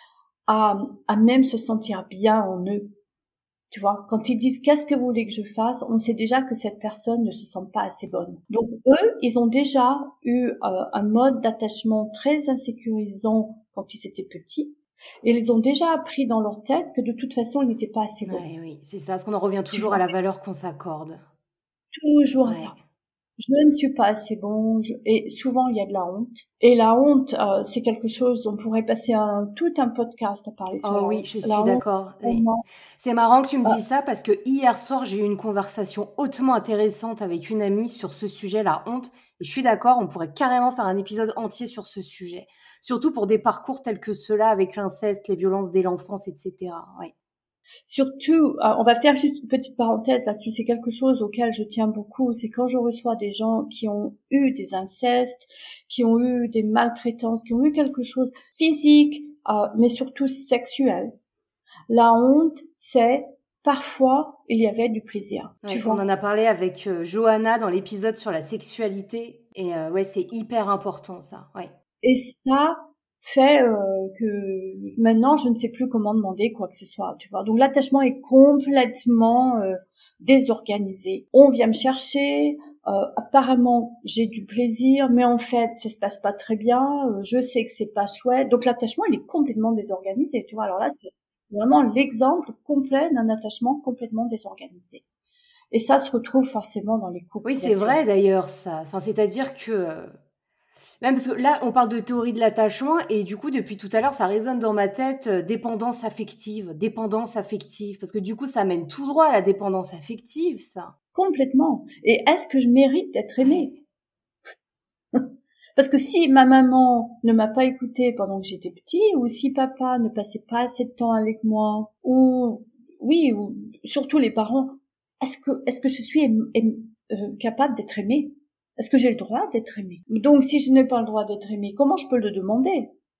à, à même se sentir bien en eux. Tu vois, quand ils disent, qu'est-ce que vous voulez que je fasse? On sait déjà que cette personne ne se sent pas assez bonne. Donc, eux, ils ont déjà eu euh, un mode d'attachement très insécurisant quand ils étaient petits. Et ils ont déjà appris dans leur tête que de toute façon, ils n'étaient pas assez bons. Ouais, oui, c'est ça, parce qu'on en revient toujours à la valeur qu'on s'accorde. Toujours ouais. à ça. Je ne suis pas assez bon. Je... Et souvent, il y a de la honte. Et la honte, euh, c'est quelque chose, on pourrait passer un, tout un podcast à parler sur oh la oui, honte. je suis la d'accord. Honte, oui. C'est marrant que tu me ah. dises ça parce que hier soir, j'ai eu une conversation hautement intéressante avec une amie sur ce sujet, la honte. Et je suis d'accord, on pourrait carrément faire un épisode entier sur ce sujet. Surtout pour des parcours tels que ceux-là avec l'inceste, les violences dès l'enfance, et cetera. Ouais. Surtout, on va faire juste une petite parenthèse là-dessus, c'est quelque chose auquel je tiens beaucoup, c'est quand je reçois des gens qui ont eu des incestes, qui ont eu des maltraitances, qui ont eu quelque chose physique, euh, mais surtout sexuel. La honte, c'est parfois il y avait du plaisir. Ouais, tu on vois. en a parlé avec euh, Johanna dans l'épisode sur la sexualité, et euh, ouais, c'est hyper important ça. Ouais. Et ça fait euh, que maintenant je ne sais plus comment demander quoi que ce soit, tu vois. Donc l'attachement est complètement euh, désorganisé. On vient me chercher, euh, apparemment j'ai du plaisir, mais en fait ça se passe pas très bien. Euh, je sais que c'est pas chouette. Donc l'attachement il est complètement désorganisé, tu vois. Alors là c'est vraiment l'exemple complet d'un attachement complètement désorganisé. Et ça se retrouve forcément dans les couples. Oui, c'est vrai d'ailleurs ça. Enfin, c'est-à-dire que euh... même parce que là, on parle de théorie de l'attachement et du coup, depuis tout à l'heure, ça résonne dans ma tête euh, dépendance affective, dépendance affective, parce que du coup, ça mène tout droit à la dépendance affective, ça. Complètement. Et est-ce que je mérite d'être aimée? Parce que si ma maman ne m'a pas écoutée pendant que j'étais petit, ou si papa ne passait pas assez de temps avec moi, ou oui, ou surtout les parents, est-ce que est-ce que je suis aim, aim, euh, capable d'être aimée? Est-ce que j'ai le droit d'être aimée? Donc si je n'ai pas le droit d'être aimée, comment je peux le demander?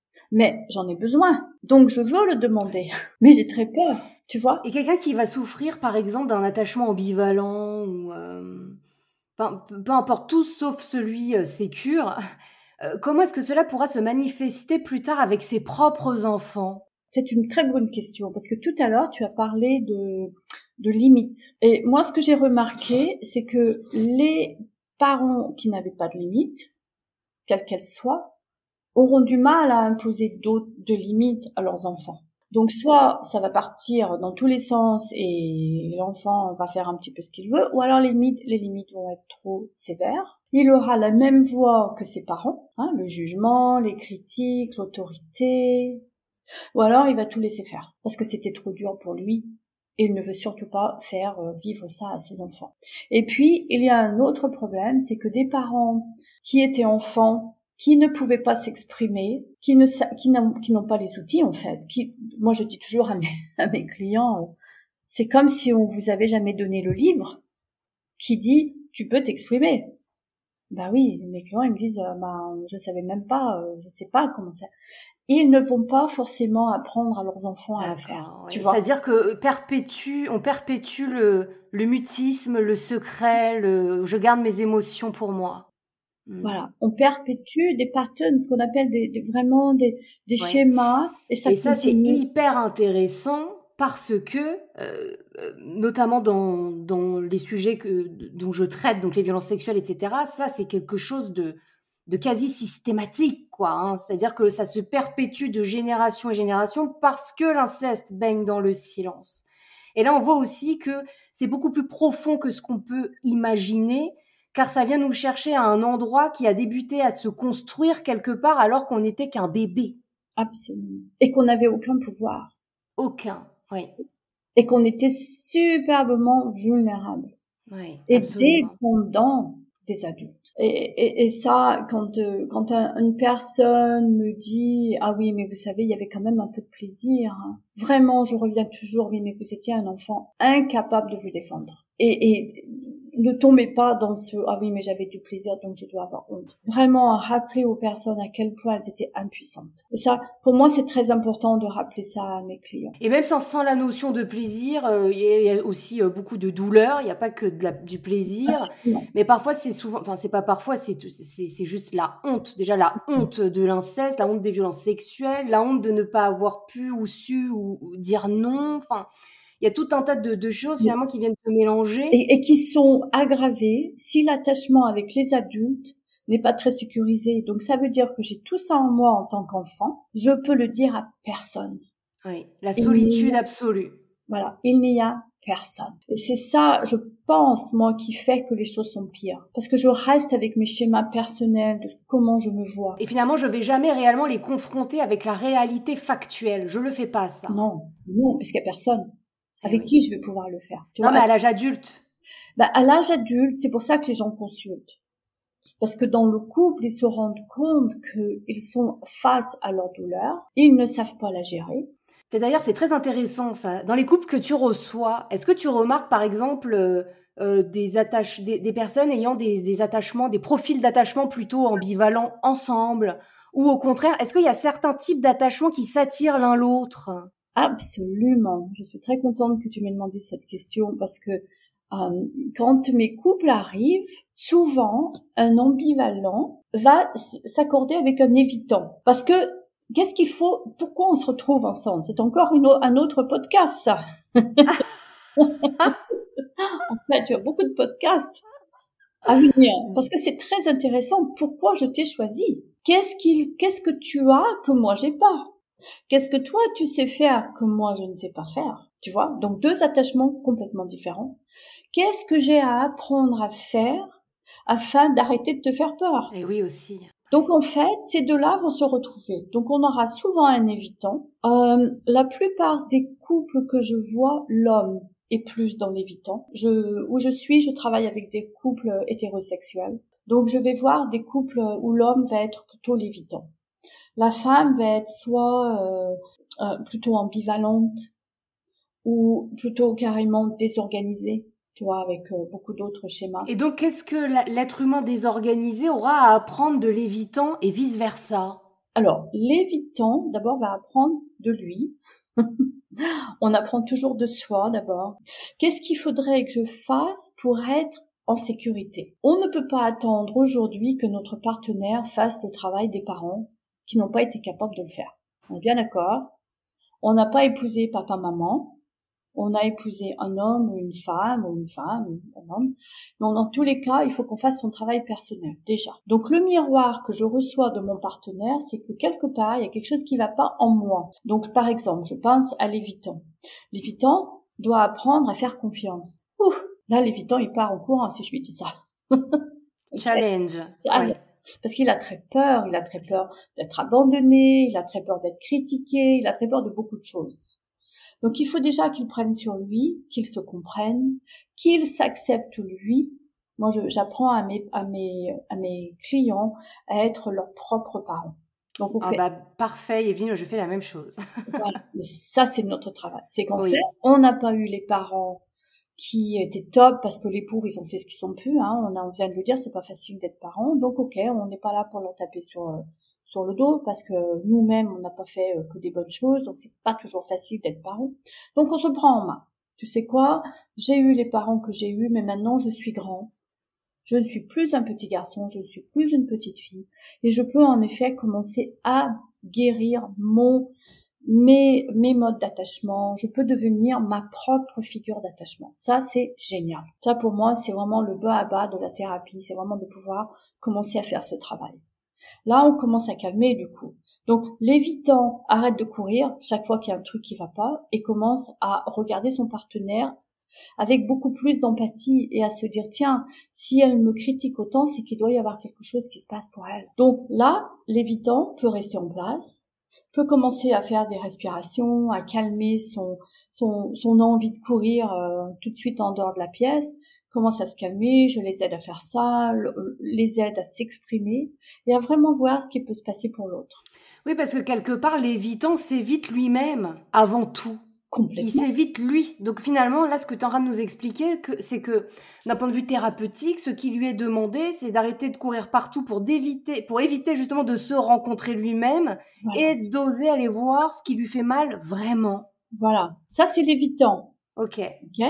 Mais j'en ai besoin, donc je veux le demander. Mais j'ai très peur, tu vois. Et quelqu'un qui va souffrir, par exemple, d'un attachement ambivalent ou euh, peu, peu importe tout sauf celui euh, sécure, euh, comment est-ce que cela pourra se manifester plus tard avec ses propres enfants? C'est une très bonne question, parce que tout à l'heure, tu as parlé de, de limites. Et moi, ce que j'ai remarqué, c'est que les parents qui n'avaient pas de limites, quelles qu'elles soient, auront du mal à imposer d'autres de limites à leurs enfants. Donc soit ça va partir dans tous les sens et l'enfant va faire un petit peu ce qu'il veut, ou alors les limites, les limites vont être trop sévères. Il aura la même voix que ses parents, hein, le jugement, les critiques, l'autorité, ou alors il va tout laisser faire parce que c'était trop dur pour lui et il ne veut surtout pas faire vivre ça à ses enfants. Et puis il y a un autre problème, c'est que des parents qui étaient enfants, qui ne pouvaient pas s'exprimer, qui ne qui n'ont, qui n'ont pas les outils en fait. Qui, moi je dis toujours à mes, à mes clients, euh, c'est comme si on vous avait jamais donné le livre qui dit tu peux t'exprimer. Bah oui, mes clients ils me disent euh, bah je savais même pas, euh, je sais pas comment ça. Ils ne vont pas forcément apprendre à leurs enfants à le faire. Oui. Tu vois. C'est-à-dire que perpétue, on perpétue le, le mutisme, le secret, le je garde mes émotions pour moi. Voilà, on perpétue des patterns, ce qu'on appelle des, des vraiment des, des Ouais. schémas, et ça Et ça, c'est continue. hyper intéressant parce que, euh, notamment dans, dans les sujets que, dont je traite, donc les violences sexuelles, et cetera, ça, c'est quelque chose de, de quasi systématique, quoi. Hein. C'est-à-dire que ça se perpétue de génération en génération parce que l'inceste baigne dans le silence. Et là, on voit aussi que c'est beaucoup plus profond que ce qu'on peut imaginer, car ça vient nous chercher à un endroit qui a débuté à se construire quelque part alors qu'on n'était qu'un bébé. Absolument. Et qu'on n'avait aucun pouvoir. Aucun, oui. Et qu'on était superbement vulnérable. Oui, et absolument. Dépendant des adultes. Et, et, et ça, quand, euh, quand un, une personne me dit « Ah oui, mais vous savez, il y avait quand même un peu de plaisir. Hein. » Vraiment, je reviens toujours « Oui, mais vous étiez un enfant incapable de vous défendre. » Et, et ne tombez pas dans ce « Ah oui, mais j'avais du plaisir, donc je dois avoir honte. » Vraiment, rappeler aux personnes à quel point elles étaient impuissantes. Et ça, pour moi, c'est très important de rappeler ça à mes clients. Et même sans, sans la notion de plaisir, euh, il y a aussi euh, beaucoup de douleur. Il n'y a pas que de la, du plaisir. Absolument. Mais parfois, c'est souvent... Enfin, c'est pas parfois, c'est, c'est, c'est juste la honte. Déjà, la honte de l'inceste, la honte des violences sexuelles, la honte de ne pas avoir pu ou su ou, ou dire non. Enfin... Il y a tout un tas de, de choses finalement qui viennent se mélanger. Et, et qui sont aggravées si l'attachement avec les adultes n'est pas très sécurisé. Donc ça veut dire que j'ai tout ça en moi en tant qu'enfant. Je peux le dire à personne. Oui, la solitude absolue. Voilà, il n'y a personne. Et c'est ça, je pense, moi, qui fait que les choses sont pires. Parce que je reste avec mes schémas personnels de comment je me vois. Et finalement, je vais jamais réellement les confronter avec la réalité factuelle. Je le fais pas, ça. Non, non, parce qu'il n'y a personne. Avec oui. qui je vais pouvoir le faire? Tu Non, vois, mais à l'âge adulte. Bah, à l'âge adulte, c'est pour ça que les gens consultent. Parce que dans le couple, ils se rendent compte qu'ils sont face à leur douleur, ils ne savent pas la gérer. Et d'ailleurs, c'est très intéressant ça. Dans les couples que tu reçois, est-ce que tu remarques par exemple euh, euh, des, attaches, des, des personnes ayant des, des attachements, des profils d'attachement plutôt ambivalents ensemble? Ou au contraire, est-ce qu'il y a certains types d'attachements qui s'attirent l'un l'autre? Absolument. Je suis très contente que tu m'aies demandé cette question parce que euh, quand mes couples arrivent, souvent un ambivalent va s'accorder avec un évitant. Parce que qu'est-ce qu'il faut, pourquoi on se retrouve ensemble? C'est encore une, un autre podcast, ça. En fait, tu as beaucoup de podcasts à venir parce que c'est très intéressant. Pourquoi je t'ai choisi? Qu'est-ce qu'il, qu'est-ce que tu as que moi j'ai pas? Qu'est-ce que toi tu sais faire que moi je ne sais pas faire? Tu vois? Donc deux attachements complètement différents. Qu'est-ce que j'ai à apprendre à faire afin d'arrêter de te faire peur? Et oui aussi. Donc en fait, ces deux-là vont se retrouver. Donc on aura souvent un évitant. Euh, la plupart des couples que je vois, l'homme est plus dans l'évitant. Je, où je suis, je travaille avec des couples hétérosexuels. Donc je vais voir des couples où l'homme va être plutôt l'évitant. La femme va être soit euh, euh, plutôt ambivalente ou plutôt carrément désorganisée, tu vois, avec euh, beaucoup d'autres schémas. Et donc, qu'est-ce que l'être humain désorganisé aura à apprendre de l'évitant et vice-versa? Alors, l'évitant, d'abord, va apprendre de lui. On apprend toujours de soi, d'abord. Qu'est-ce qu'il faudrait que je fasse pour être en sécurité? On ne peut pas attendre aujourd'hui que notre partenaire fasse le travail des parents qui n'ont pas été capables de le faire. On est bien d'accord? On n'a pas épousé papa-maman. On a épousé un homme ou une femme, ou une femme, ou un homme. Donc, dans tous les cas, il faut qu'on fasse son travail personnel, déjà. Donc, le miroir que je reçois de mon partenaire, c'est que quelque part, il y a quelque chose qui va pas en moi. Donc, par exemple, je pense à l'évitant. L'évitant doit apprendre à faire confiance. Ouh, là, l'évitant, il part en courant si je lui dis ça. Challenge. Ah, Ouais. parce qu'il a très peur, il a très peur d'être abandonné, il a très peur d'être critiqué, il a très peur de beaucoup de choses. Donc, il faut déjà qu'il prenne sur lui, qu'il se comprenne, qu'il s'accepte lui. Moi, je, j'apprends à mes, à mes, à mes clients à être leurs propres parents. Donc, on Ah fait, bah, parfait, Evelyne, je fais la même chose. voilà. Mais ça, c'est notre travail. C'est qu'en Oui. fait, on n'a pas eu les parents qui étaient top parce que les pauvres, ils ont fait ce qu'ils ont pu, hein. On a, on vient de le dire, c'est pas facile d'être parent. Donc, ok, on n'est pas là pour leur taper sur, euh, sur le dos parce que nous-mêmes, on n'a pas fait euh, que des bonnes choses. Donc, c'est pas toujours facile d'être parent. Donc, on se prend en main. Tu sais quoi? J'ai eu les parents que j'ai eus, mais maintenant, je suis grand. Je ne suis plus un petit garçon, je ne suis plus une petite fille. Et je peux, en effet, commencer à guérir mon, mes, mes modes d'attachement. Je peux devenir ma propre figure d'attachement. Ça, c'est génial. Ça, pour moi, c'est vraiment le bas à bas de la thérapie. C'est vraiment de pouvoir commencer à faire ce travail. Là, on commence à calmer, du coup. Donc, l'évitant arrête de courir chaque fois qu'il y a un truc qui va pas et commence à regarder son partenaire avec beaucoup plus d'empathie et à se dire, tiens, si elle me critique autant, c'est qu'il doit y avoir quelque chose qui se passe pour elle. Donc là, l'évitant peut rester en place, peut commencer à faire des respirations, à calmer son, son, son envie de courir euh, tout de suite en dehors de la pièce, commence à se calmer, je les aide à faire ça, les aide à s'exprimer et à vraiment voir ce qui peut se passer pour l'autre. Oui, parce que quelque part, l'évitant s'évite lui-même avant tout. Il s'évite lui. Donc finalement, là, ce que tu es en train de nous expliquer, que, c'est que d'un point de vue thérapeutique, ce qui lui est demandé, c'est d'arrêter de courir partout pour, d'éviter, pour éviter justement de se rencontrer lui-même voilà. Et d'oser aller voir ce qui lui fait mal vraiment. Voilà, ça c'est l'évitant. Ok. Ok.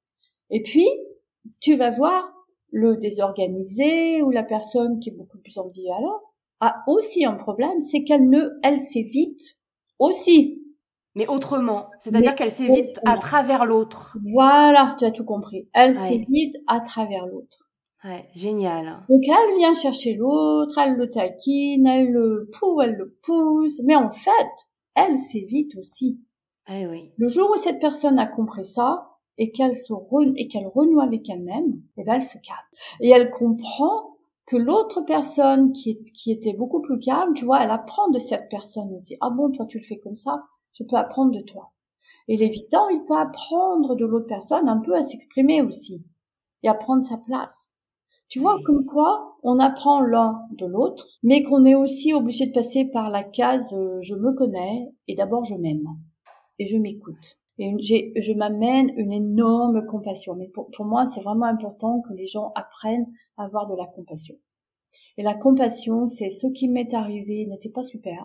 Et puis, tu vas voir le désorganisé ou la personne qui est beaucoup plus ambivalente a aussi un problème, c'est qu'elle ne, elle s'évite aussi. Mais autrement, c'est-à-dire Mais qu'elle s'évite autrement. À travers l'autre. Voilà, tu as tout compris. Elle ouais. s'évite à travers l'autre. Ouais, génial. Donc elle vient chercher l'autre, elle le taquine, elle le pousse, elle le pousse, mais en fait, elle s'évite aussi. Eh oui. Le jour où cette personne a compris ça et qu'elle se re... et qu'elle renoue avec elle-même, eh ben elle se calme et elle comprend que l'autre personne qui est... qui était beaucoup plus calme, tu vois, elle apprend de cette personne aussi. Ah bon, toi tu le fais comme ça. Je peux apprendre de toi. Et l'évitant, il peut apprendre de l'autre personne un peu à s'exprimer aussi et à prendre sa place. Tu vois, oui. Comme quoi, on apprend l'un de l'autre, mais qu'on est aussi obligé de passer par la case euh, « je me connais » et d'abord « je m'aime » et « je m'écoute ». Et une, j'ai, je m'amène une énorme compassion. Mais pour, pour moi, c'est vraiment important que les gens apprennent à avoir de la compassion. Et la compassion, c'est ce qui m'est arrivé n'était pas super.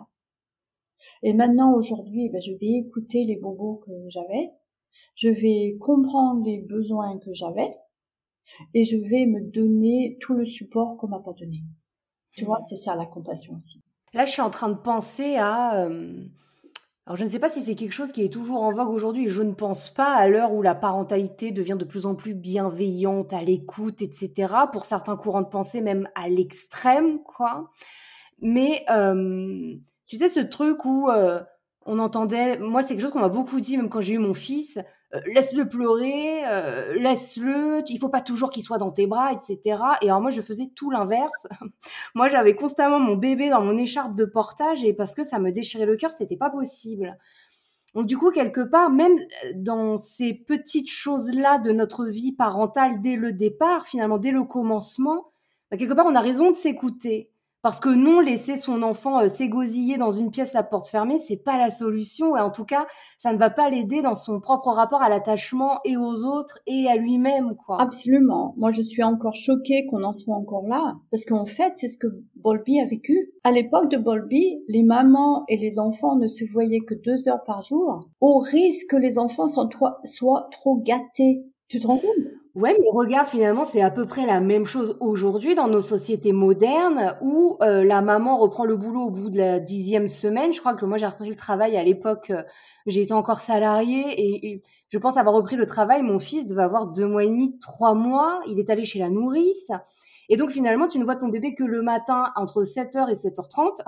Et maintenant, aujourd'hui, ben, je vais écouter les bobos que j'avais, je vais comprendre les besoins que j'avais, et je vais me donner tout le support qu'on m'a pas donné. Tu vois, c'est ça la compassion aussi. Là, je suis en train de penser à... Euh... Alors, je ne sais pas si c'est quelque chose qui est toujours en vogue aujourd'hui, et je ne pense pas à l'heure où la parentalité devient de plus en plus bienveillante, à l'écoute, et cetera. Pour certains courants de pensée, même à l'extrême, quoi. Mais... Euh... Tu sais, ce truc où euh, on entendait... Moi, c'est quelque chose qu'on m'a beaucoup dit, même quand j'ai eu mon fils. Euh, laisse-le pleurer, euh, laisse-le. Il faut pas toujours qu'il soit dans tes bras, et cetera. Et alors, moi, je faisais tout l'inverse. Moi, j'avais constamment mon bébé dans mon écharpe de portage et parce que ça me déchirait le cœur, c'était pas possible. Donc, du coup, quelque part, même dans ces petites choses-là de notre vie parentale, dès le départ, finalement, dès le commencement, bah, quelque part, on a raison de s'écouter. Parce que non, laisser son enfant euh, s'égosiller dans une pièce à porte fermée, c'est pas la solution. Et en tout cas, ça ne va pas l'aider dans son propre rapport à l'attachement et aux autres et à lui-même, quoi. Absolument. Moi, je suis encore choquée qu'on en soit encore là. Parce qu'en fait, c'est ce que Bowlby a vécu. À l'époque de Bowlby, les mamans et les enfants ne se voyaient que deux heures par jour, au risque que les enfants soient, soient trop gâtés. Tu te rends compte? Ouais, mais regarde, finalement, c'est à peu près la même chose aujourd'hui dans nos sociétés modernes où euh, la maman reprend le boulot au bout de la dixième semaine. Je crois que moi, j'ai repris le travail à l'époque, euh, j'étais encore salariée et, et je pense avoir repris le travail. Mon fils devait avoir deux mois et demi, trois mois. Il est allé chez la nourrice. Et donc, finalement, tu ne vois ton bébé que le matin entre sept heures et sept heures trente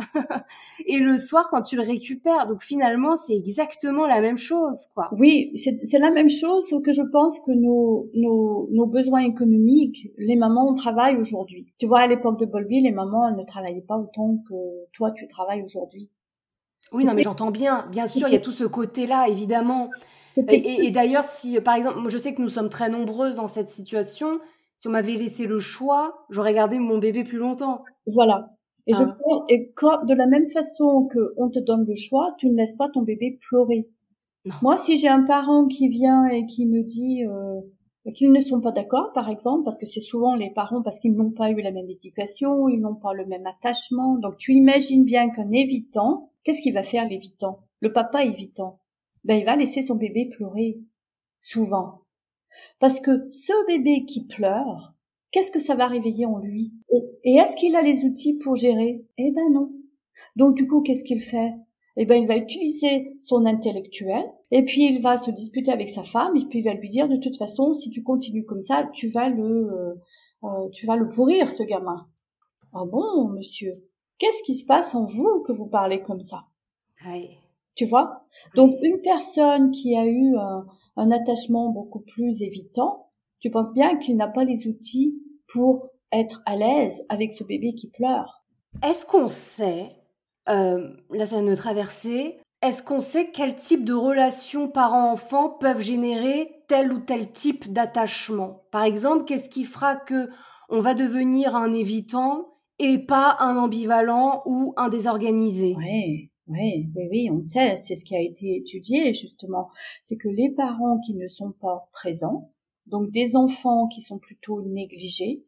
et le soir quand tu le récupères. Donc, finalement, c'est exactement la même chose, quoi. Oui, c'est, c'est la même chose, sauf que je pense que nos, nos, nos besoins économiques, les mamans travaillent aujourd'hui. Tu vois, à l'époque de Bowlby, les mamans, elles ne travaillaient pas autant que toi, tu travailles aujourd'hui. Oui, non, mais j'entends bien. Bien sûr, il y a tout ce côté-là, évidemment. Et, C'était et- et plus, d'ailleurs, si, par exemple, moi, je sais que nous sommes très nombreuses dans cette situation. Si on m'avait laissé le choix, j'aurais gardé mon bébé plus longtemps. voilà. Et je Hein. pense, et quand, de la même façon que on te donne le choix, tu ne laisses pas ton bébé pleurer. Non. Moi, si j'ai un parent qui vient et qui me dit euh, qu'ils ne sont pas d'accord, par exemple, parce que c'est souvent les parents parce qu'ils n'ont pas eu la même éducation, ils n'ont pas le même attachement. Donc, tu imagines bien qu'un évitant, qu'est-ce qu'il va faire l'évitant? Le papa évitant, ben il va laisser son bébé pleurer souvent, parce que ce bébé qui pleure, qu'est-ce que ça va réveiller en lui? Et, et est-ce qu'il a les outils pour gérer? Eh ben non. Donc du coup, qu'est-ce qu'il fait? Eh ben, il va utiliser son intellectuel, et puis il va se disputer avec sa femme, et puis il va lui dire, de toute façon, si tu continues comme ça, tu vas le, euh, euh, tu vas le pourrir, ce gamin. Ah bon, monsieur? Qu'est-ce qui se passe en vous que vous parlez comme ça? Ouais. Tu vois? Donc, Ouais. une personne qui a eu un, un attachement beaucoup plus évitant, tu penses bien qu'il n'a pas les outils pour être à l'aise avec ce bébé qui pleure. Est-ce qu'on sait, euh, là ça vient de me traverser, est-ce qu'on sait quel type de relations parents-enfants peuvent générer tel ou tel type d'attachement? Par exemple, qu'est-ce qui fera que on va devenir un évitant et pas un ambivalent ou un désorganisé? Oui, oui, oui, oui, on sait, c'est ce qui a été étudié justement. C'est que les parents qui ne sont pas présents, donc des enfants qui sont plutôt négligés,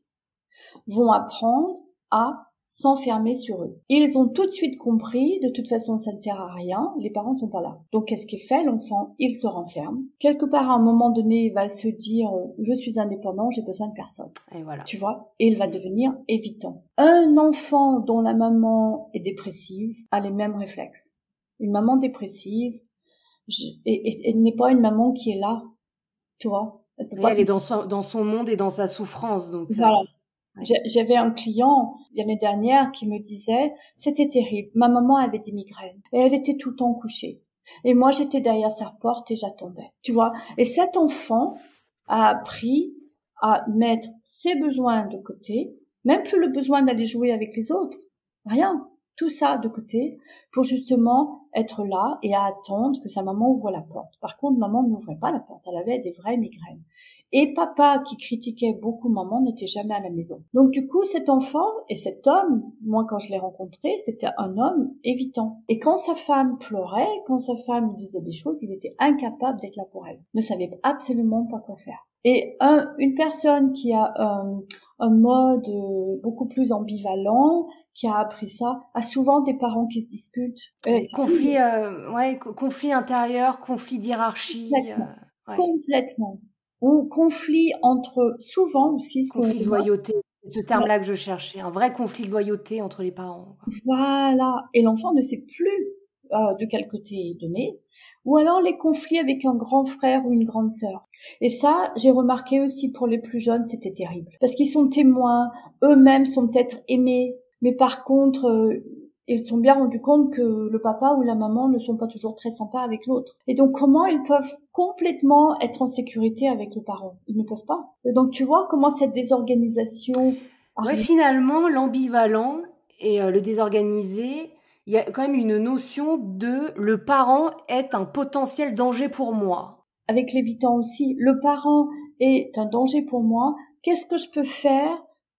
vont apprendre à s'enfermer sur eux. Ils ont tout de suite compris, de toute façon ça ne sert à rien, les parents sont pas là. Donc qu'est-ce qu'il fait l'enfant? Il se renferme. Quelque part à un moment donné, il va se dire je suis indépendant, j'ai besoin de personne. Et voilà. Tu vois? Et il va devenir évitant. Un enfant dont la maman est dépressive a les mêmes réflexes. Une maman dépressive je, et, et, et n'est pas une maman qui est là, tu vois? Elle peut Et pas. elle est dans son, dans son monde et dans sa souffrance, donc euh, Voilà. ouais. J'avais un client l'année dernière qui me disait c'était terrible, ma maman avait des migraines et elle était tout le temps couchée et moi j'étais derrière sa porte et j'attendais, tu vois. Et cet enfant a appris à mettre ses besoins de côté, même plus le besoin d'aller jouer avec les autres, rien, tout ça de côté pour justement être là et à attendre que sa maman ouvre la porte. Par contre, maman n'ouvrait pas la porte, elle avait des vraies migraines. Et papa, qui critiquait beaucoup maman, n'était jamais à la maison. Donc du coup, cet enfant et cet homme, moi quand je l'ai rencontré, c'était un homme évitant. Et quand sa femme pleurait, quand sa femme lui disait des choses, il était incapable d'être là pour elle. Ne savait absolument pas quoi faire. Et un, une personne qui a un, un mode beaucoup plus ambivalent, qui a appris ça, a souvent des parents qui se disputent. Euh, Conflit, euh, ouais, co- conflit intérieur, conflit d'hierarchie, complètement. euh, ouais. Complètement. Ou conflit entre, souvent aussi, ce qu'on Conflit de remarque. loyauté, c'est ce terme-là que je cherchais, un vrai conflit de loyauté entre les parents, quoi. Voilà. Et l'enfant ne sait plus euh, de quel côté donner. Ou alors les conflits avec un grand frère ou une grande sœur. Et ça, j'ai remarqué aussi pour les plus jeunes, c'était terrible. Parce qu'ils sont témoins, eux-mêmes sont peut-être aimés, mais par contre, euh, ils se sont bien rendus compte que le papa ou la maman ne sont pas toujours très sympas avec l'autre. Et donc, comment ils peuvent complètement être en sécurité avec le parent? Ils ne peuvent pas. Et donc, tu vois comment cette désorganisation Ouais, arrive. finalement, l'ambivalent et euh, le désorganisé, il y a quand même une notion de le parent est un potentiel danger pour moi. Avec l'évitant aussi, le parent est un danger pour moi. Qu'est-ce que je peux faire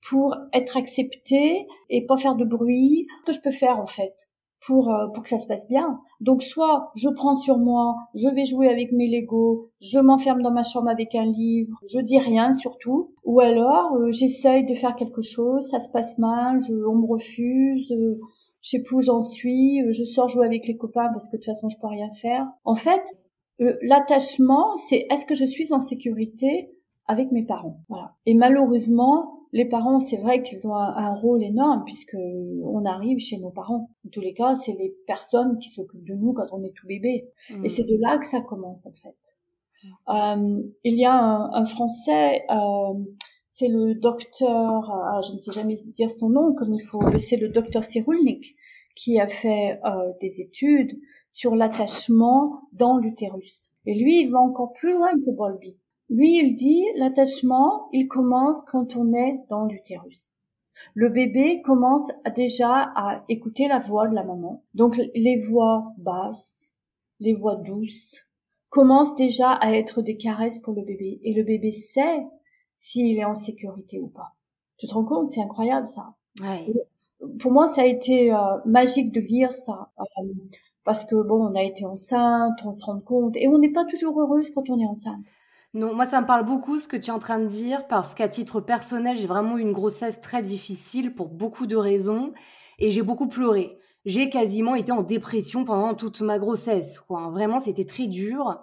pour être acceptée et pas faire de bruit. Ce que je peux faire en fait pour euh, pour que ça se passe bien. Donc soit je prends sur moi, je vais jouer avec mes Legos, je m'enferme dans ma chambre avec un livre, je dis rien surtout, ou alors euh, j'essaye de faire quelque chose, ça se passe mal, je, on me refuse, euh, je sais plus où j'en suis, euh, je sors jouer avec les copains parce que de toute façon je peux rien faire. En fait, euh, l'attachement, c'est est-ce que je suis en sécurité avec mes parents. Voilà. Et malheureusement, les parents, c'est vrai qu'ils ont un, un rôle énorme puisque on arrive chez nos parents. En tous les cas, c'est les personnes qui s'occupent de nous quand on est tout bébé. Mmh. Et c'est de là que ça commence en fait. Mmh. Euh, il y a un, un Français, euh, c'est le docteur, euh, je ne sais jamais dire son nom comme il faut, c'est le docteur Cyrulnik qui a fait euh, des études sur l'attachement dans l'utérus. Et lui, il va encore plus loin que Bowlby. Lui, il dit, l'attachement, il commence quand on est dans l'utérus. Le bébé commence déjà à écouter la voix de la maman. Donc, les voix basses, les voix douces, commencent déjà à être des caresses pour le bébé. Et le bébé sait s'il est en sécurité ou pas. Tu te rends compte? C'est incroyable, ça. Ouais. Pour moi, ça a été euh, magique de lire ça. Euh, parce que, bon, on a été enceinte, on se rend compte. Et on n'est pas toujours heureuse quand on est enceinte. Non, moi ça me parle beaucoup ce que tu es en train de dire parce qu'à titre personnel, j'ai vraiment eu une grossesse très difficile pour beaucoup de raisons et j'ai beaucoup pleuré. J'ai quasiment été en dépression pendant toute ma grossesse, quoi. Vraiment, c'était très dur.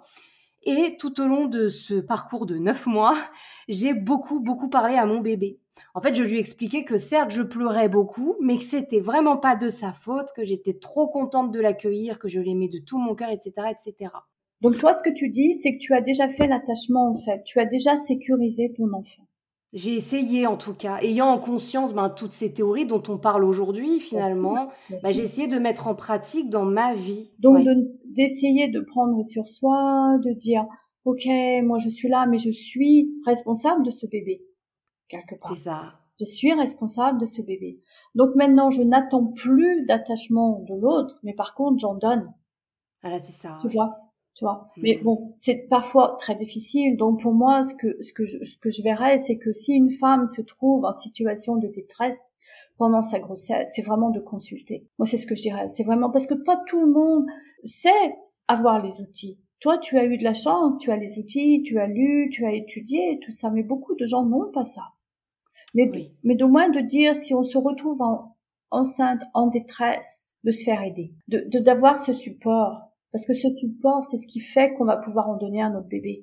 Et tout au long de ce parcours de neuf mois, j'ai beaucoup, beaucoup parlé à mon bébé. En fait, je lui expliquais que certes, je pleurais beaucoup, mais que c'était vraiment pas de sa faute, que j'étais trop contente de l'accueillir, que je l'aimais de tout mon cœur, et cetera, et cetera. Donc toi, ce que tu dis, c'est que tu as déjà fait l'attachement, en fait. Tu as déjà sécurisé ton enfant. J'ai essayé, en tout cas. Ayant en conscience ben, toutes ces théories dont on parle aujourd'hui, finalement, ben, j'ai essayé de mettre en pratique dans ma vie. Donc ouais. de, d'essayer de prendre sur soi, de dire, ok, moi je suis là, mais je suis responsable de ce bébé, quelque part. C'est ça. Je suis responsable de ce bébé. Donc maintenant, je n'attends plus d'attachement de l'autre, mais par contre, j'en donne. Voilà, c'est ça. Tu ouais. vois Tu vois. Mmh. Mais bon, c'est parfois très difficile. Donc pour moi, ce que ce que je, ce que je verrais, c'est que si une femme se trouve en situation de détresse pendant sa grossesse, c'est vraiment de consulter. Moi, c'est ce que je dirais. C'est vraiment parce que pas tout le monde sait avoir les outils. Toi, tu as eu de la chance, tu as les outils, tu as lu, tu as étudié, tout ça. Mais beaucoup de gens n'ont pas ça. Mais, oui. mais de moins de dire si on se retrouve en, enceinte, en détresse, de se faire aider, de, de d'avoir ce support. Parce que ce support, c'est ce qui fait qu'on va pouvoir en donner à notre bébé.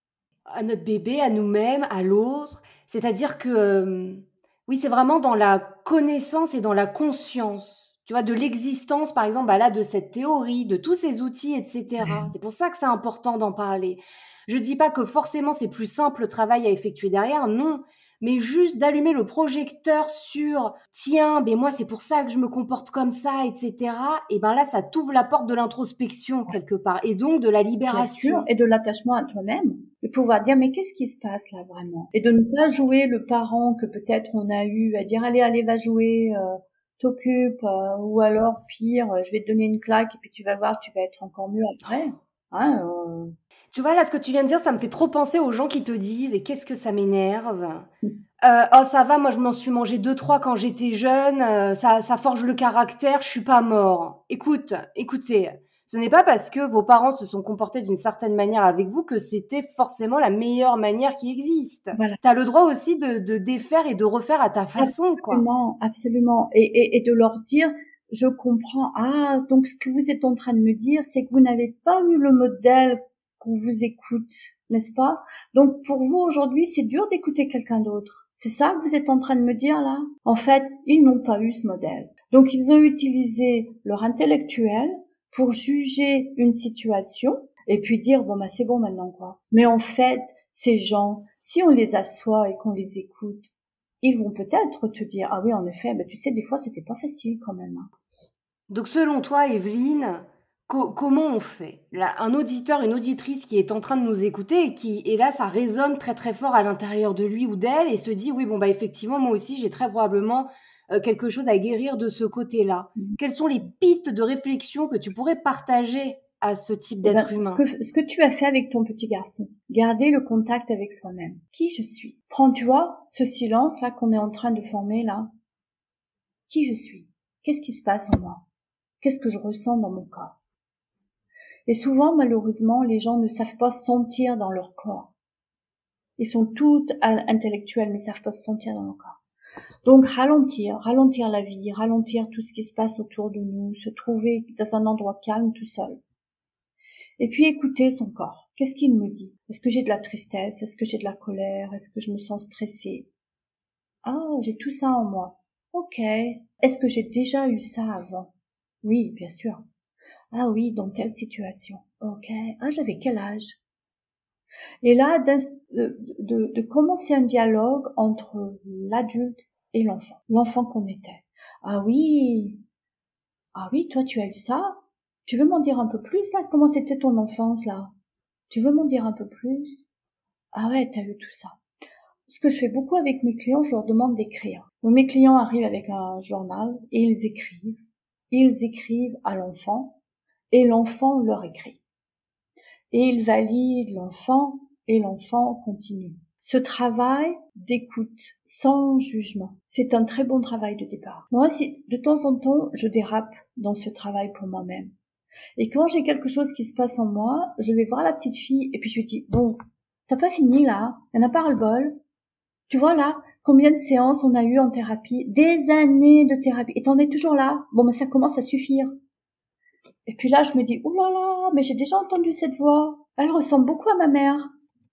À notre bébé, à nous-mêmes, à l'autre. C'est-à-dire que, euh, oui, c'est vraiment dans la connaissance et dans la conscience, tu vois, de l'existence, par exemple, bah là, de cette théorie, de tous ces outils, et cetera. C'est pour ça que c'est important d'en parler. Je dis pas que forcément c'est plus simple le travail à effectuer derrière, non. Mais juste d'allumer le projecteur sur « Tiens, ben moi, c'est pour ça que je me comporte comme ça, et cetera » Et ben là, ça t'ouvre la porte de l'introspection quelque part et donc de la libération. Bien sûr, et de l'attachement à toi-même. De pouvoir dire « Mais qu'est-ce qui se passe là vraiment ?» Et de ne pas jouer le parent que peut-être on a eu à dire « Allez, allez, va jouer, euh, t'occupe. Euh, » Ou alors, pire, « Je vais te donner une claque et puis tu vas voir, tu vas être encore mieux après. » Hein, euh... Tu vois, là, ce que tu viens de dire, ça me fait trop penser aux gens qui te disent « Et qu'est-ce que ça m'énerve ?» Euh, oh ça va, moi je m'en suis mangé deux trois quand j'étais jeune, euh, ça, ça forge le caractère, je suis pas mort. Écoute, écoutez, ce n'est pas parce que vos parents se sont comportés d'une certaine manière avec vous que c'était forcément la meilleure manière qui existe. Voilà. T'as le droit aussi de, de défaire et de refaire à ta façon, quoi. Absolument, absolument. Et, et, et de leur dire, je comprends, ah, donc ce que vous êtes en train de me dire, c'est que vous n'avez pas eu le modèle qu'on vous écoute, n'est-ce pas? Donc pour vous aujourd'hui, c'est dur d'écouter quelqu'un d'autre. C'est ça que vous êtes en train de me dire là? En fait, ils n'ont pas eu ce modèle. Donc ils ont utilisé leur intellectuel pour juger une situation et puis dire bon bah c'est bon maintenant quoi. Mais en fait, ces gens, si on les assoit et qu'on les écoute, ils vont peut-être te dire ah oui en effet, bah tu sais des fois c'était pas facile quand même. Hein. Donc selon toi, Evelyne, co- comment on fait là, un auditeur, une auditrice qui est en train de nous écouter et qui, et là, ça résonne très très fort à l'intérieur de lui ou d'elle et se dit oui bon bah effectivement moi aussi j'ai très probablement euh, quelque chose à guérir de ce côté-là. Mmh. Quelles sont les pistes de réflexion que tu pourrais partager à ce type Eh ben, d'être ce humain? que, ce que tu as fait avec ton petit garçon, garder le contact avec soi-même. Qui je suis? Prends, tu vois, ce silence-là qu'on est en train de former là. Qui je suis? Qu'est-ce qui se passe en moi? Qu'est-ce que je ressens dans mon corps? Et souvent, malheureusement, les gens ne savent pas se sentir dans leur corps. Ils sont tous intellectuels, mais ne savent pas se sentir dans leur corps. Donc, ralentir, ralentir la vie, ralentir tout ce qui se passe autour de nous, se trouver dans un endroit calme tout seul. Et puis, écouter son corps. Qu'est-ce qu'il me dit? Est-ce que j'ai de la tristesse? Est-ce que j'ai de la colère? Est-ce que je me sens stressée? Ah, j'ai tout ça en moi. Ok. Est-ce que j'ai déjà eu ça avant? Oui, bien sûr. Ah oui, dans telle situation. Ok. Ah, j'avais quel âge? Et là, de, de, de commencer un dialogue entre l'adulte et l'enfant. L'enfant qu'on était. Ah oui. Ah oui, toi, tu as eu ça? Tu veux m'en dire un peu plus, là? Comment c'était ton enfance, là? Tu veux m'en dire un peu plus? Ah ouais, t'as eu tout ça. Ce que je fais beaucoup avec mes clients, je leur demande d'écrire. Donc, mes clients arrivent avec un journal et ils écrivent. Ils écrivent à l'enfant et l'enfant leur écrit. Et ils valident l'enfant et l'enfant continue. Ce travail d'écoute sans jugement, c'est un très bon travail de départ. Moi, si de temps en temps, je dérape dans ce travail pour moi-même. Et quand j'ai quelque chose qui se passe en moi, je vais voir la petite fille et puis je lui dis, bon, t'as pas fini là, il y en a pas ras-le-bol. Tu vois là, combien de séances on a eu en thérapie? Des années de thérapie. Et t'en es toujours là? Bon, mais ça commence à suffire. Et puis là, je me dis, oh là là, mais j'ai déjà entendu cette voix. Elle ressemble beaucoup à ma mère.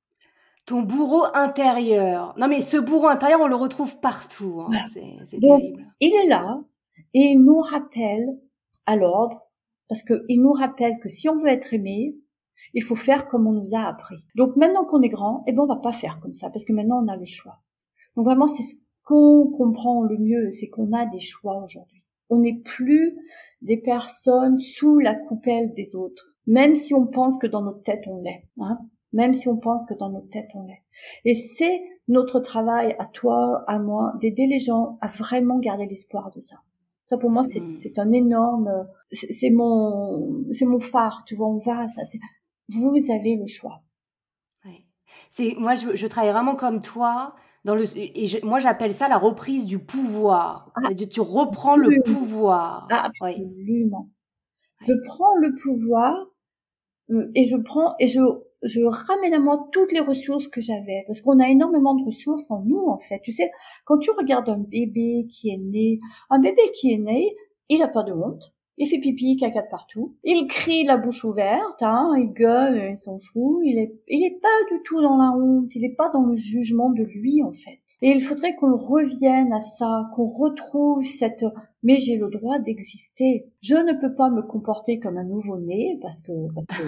Ton bourreau intérieur. Non mais ce bourreau intérieur, on le retrouve partout. Hein. Voilà. C'est, c'est Donc, terrible. il est là et il nous rappelle à l'ordre, parce qu'il nous rappelle que si on veut être aimé, il faut faire comme on nous a appris. Donc maintenant qu'on est grand, eh ben on va pas faire comme ça, parce que maintenant on a le choix. Donc vraiment, c'est ce qu'on comprend le mieux, c'est qu'on a des choix aujourd'hui. On n'est plus des personnes sous la coupelle des autres, même si on pense que dans notre tête on l'est, hein, même si on pense que dans notre tête on l'est. Et c'est notre travail, à toi, à moi, d'aider les gens à vraiment garder l'espoir de ça. Ça pour moi, c'est, mmh. c'est un énorme, c'est, c'est mon, c'est mon phare. Tu vois, on va, ça, c'est, vous avez le choix. Ouais. C'est, moi, je, je travaille vraiment comme toi. Dans le, et je, moi, j'appelle ça la reprise du pouvoir. Ah, c'est-à-dire, tu reprends absolument. le pouvoir. Ah, absolument. Ouais. Je prends le pouvoir euh, et je prends et je je ramène à moi toutes les ressources que j'avais, parce qu'on a énormément de ressources en nous, en fait. Tu sais, quand tu regardes un bébé qui est né, un bébé qui est né, il a pas de honte. Il fait pipi, caca de partout. Il crie la bouche ouverte, hein, il gueule, il s'en fout. Il est, il est pas du tout dans la honte. Il est pas dans le jugement de lui, en fait. Et il faudrait qu'on revienne à ça, qu'on retrouve cette, mais j'ai le droit d'exister. Je ne peux pas me comporter comme un nouveau-né parce que, parce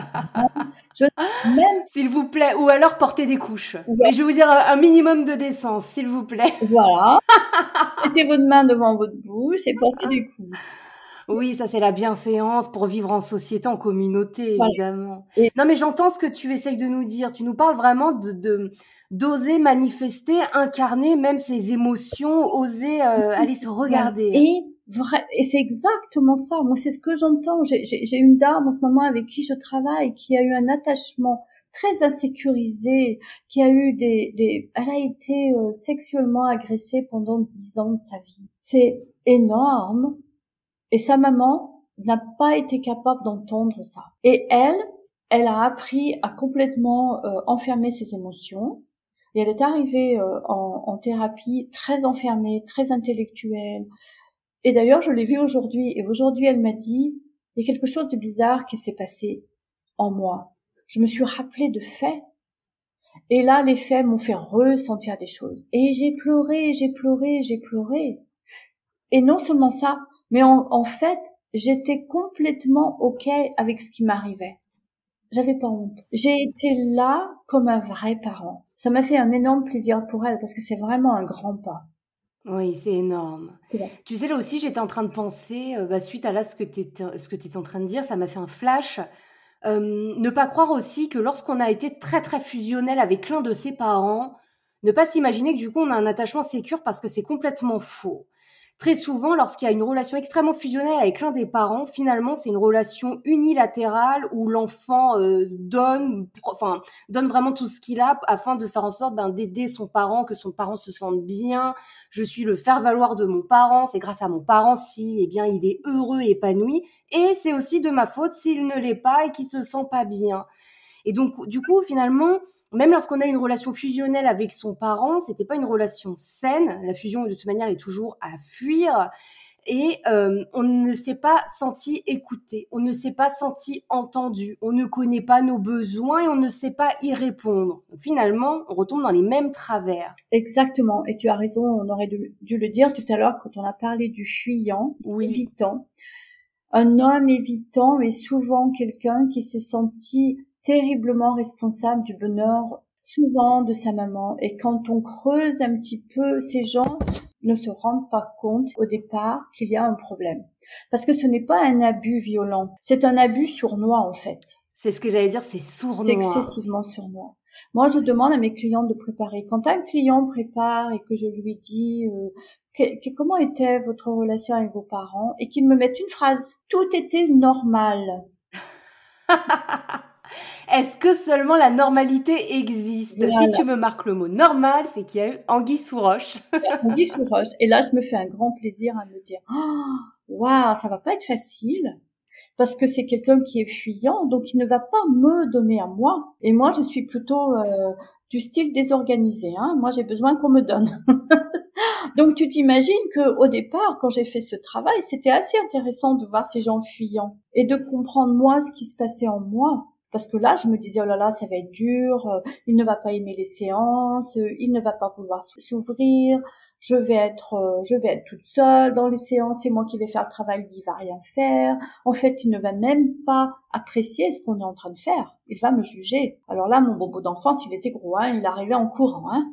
que je, même... S'il vous plaît, ou alors porter des couches. Ouais. Mais je vais vous dire un minimum de décence, s'il vous plaît. Voilà. Mettez votre main devant votre bouche et portez des couches. Oui, ça c'est la bienséance pour vivre en société, en communauté, évidemment. Ouais. Et... Non, mais j'entends ce que tu essayes de nous dire. Tu nous parles vraiment de, de d'oser manifester, incarner même ses émotions, oser euh, aller se regarder. Et vrai, et c'est exactement ça. Moi, c'est ce que j'entends. J'ai, j'ai, j'ai une dame en ce moment avec qui je travaille qui a eu un attachement très insécurisé, qui a eu des, des, elle a été euh, sexuellement agressée pendant dix ans de sa vie. C'est énorme. Et sa maman n'a pas été capable d'entendre ça. Et elle, elle a appris à complètement euh, enfermer ses émotions. Et elle est arrivée euh, en, en thérapie très enfermée, très intellectuelle. Et d'ailleurs, je l'ai vue aujourd'hui. Et aujourd'hui, elle m'a dit, il y a quelque chose de bizarre qui s'est passé en moi. Je me suis rappelée de faits. Et là, les faits m'ont fait ressentir des choses. Et j'ai pleuré, j'ai pleuré, j'ai pleuré. Et non seulement ça, mais en, en fait, j'étais complètement OK avec ce qui m'arrivait. J'avais pas honte. J'ai été là comme un vrai parent. Ça m'a fait un énorme plaisir pour elle parce que c'est vraiment un grand pas. Oui, c'est énorme. Ouais. Tu sais, là aussi, j'étais en train de penser, euh, bah, suite à là ce que tu étais en train de dire, ça m'a fait un flash. Euh, ne pas croire aussi que lorsqu'on a été très, très fusionnel avec l'un de ses parents, ne pas s'imaginer que du coup, on a un attachement sécure parce que c'est complètement faux. très souvent, lorsqu'il y a une relation extrêmement fusionnelle avec l'un des parents, finalement, c'est une relation unilatérale où l'enfant euh, donne, enfin, donne vraiment tout ce qu'il a afin de faire en sorte ben, d'aider son parent, que son parent se sente bien. Je suis le faire-valoir de mon parent. C'est grâce à mon parent si, eh bien, il est heureux et épanoui. Et c'est aussi de ma faute s'il ne l'est pas et qu'il se sent pas bien. Et donc, du coup, finalement, même lorsqu'on a une relation fusionnelle avec son parent, c'était pas une relation saine. La fusion, de toute manière, est toujours à fuir. Et euh, on ne s'est pas senti écouté, on ne s'est pas senti entendu, on ne connaît pas nos besoins et on ne sait pas y répondre. Donc, finalement, on retombe dans les mêmes travers. Exactement. Et tu as raison, on aurait dû, dû le dire tout à l'heure quand on a parlé du fuyant, Oui. évitant. Un homme évitant est souvent quelqu'un qui s'est senti terriblement responsable du bonheur souvent de sa maman. Et quand on creuse un petit peu, ces gens ne se rendent pas compte au départ qu'il y a un problème. Parce que ce n'est pas un abus violent, c'est un abus sournois en fait. C'est ce que j'allais dire, c'est sournois. C'est excessivement sournois. Moi, je demande à mes clients de préparer. Quand un client prépare et que je lui dis euh, que, que, comment était votre relation avec vos parents et qu'il me mette une phrase, tout était normal. Est-ce que seulement la normalité existe? Voilà. Si tu me marques le mot normal, c'est qu'il y a eu anguille sous roche. Anguille sous roche. Et là, je me fais un grand plaisir à me dire, waouh, wow, ça va pas être facile. Parce que c'est quelqu'un qui est fuyant, donc il ne va pas me donner à moi. Et moi, je suis plutôt euh, du style désorganisé. Hein. Moi, j'ai besoin qu'on me donne. Donc, tu t'imagines que au départ, quand j'ai fait ce travail, c'était assez intéressant de voir ces gens fuyants et de comprendre moi ce qui se passait en moi. Parce que là, je me disais, oh là là, ça va être dur, euh, il ne va pas aimer les séances, euh, il ne va pas vouloir s'ouvrir, je vais être, euh, je vais être toute seule dans les séances, c'est moi qui vais faire le travail, lui, il va rien faire. En fait, il ne va même pas apprécier ce qu'on est en train de faire. Il va me juger. Alors là, mon bobo d'enfance, il était gros, hein, il arrivait en courant, hein.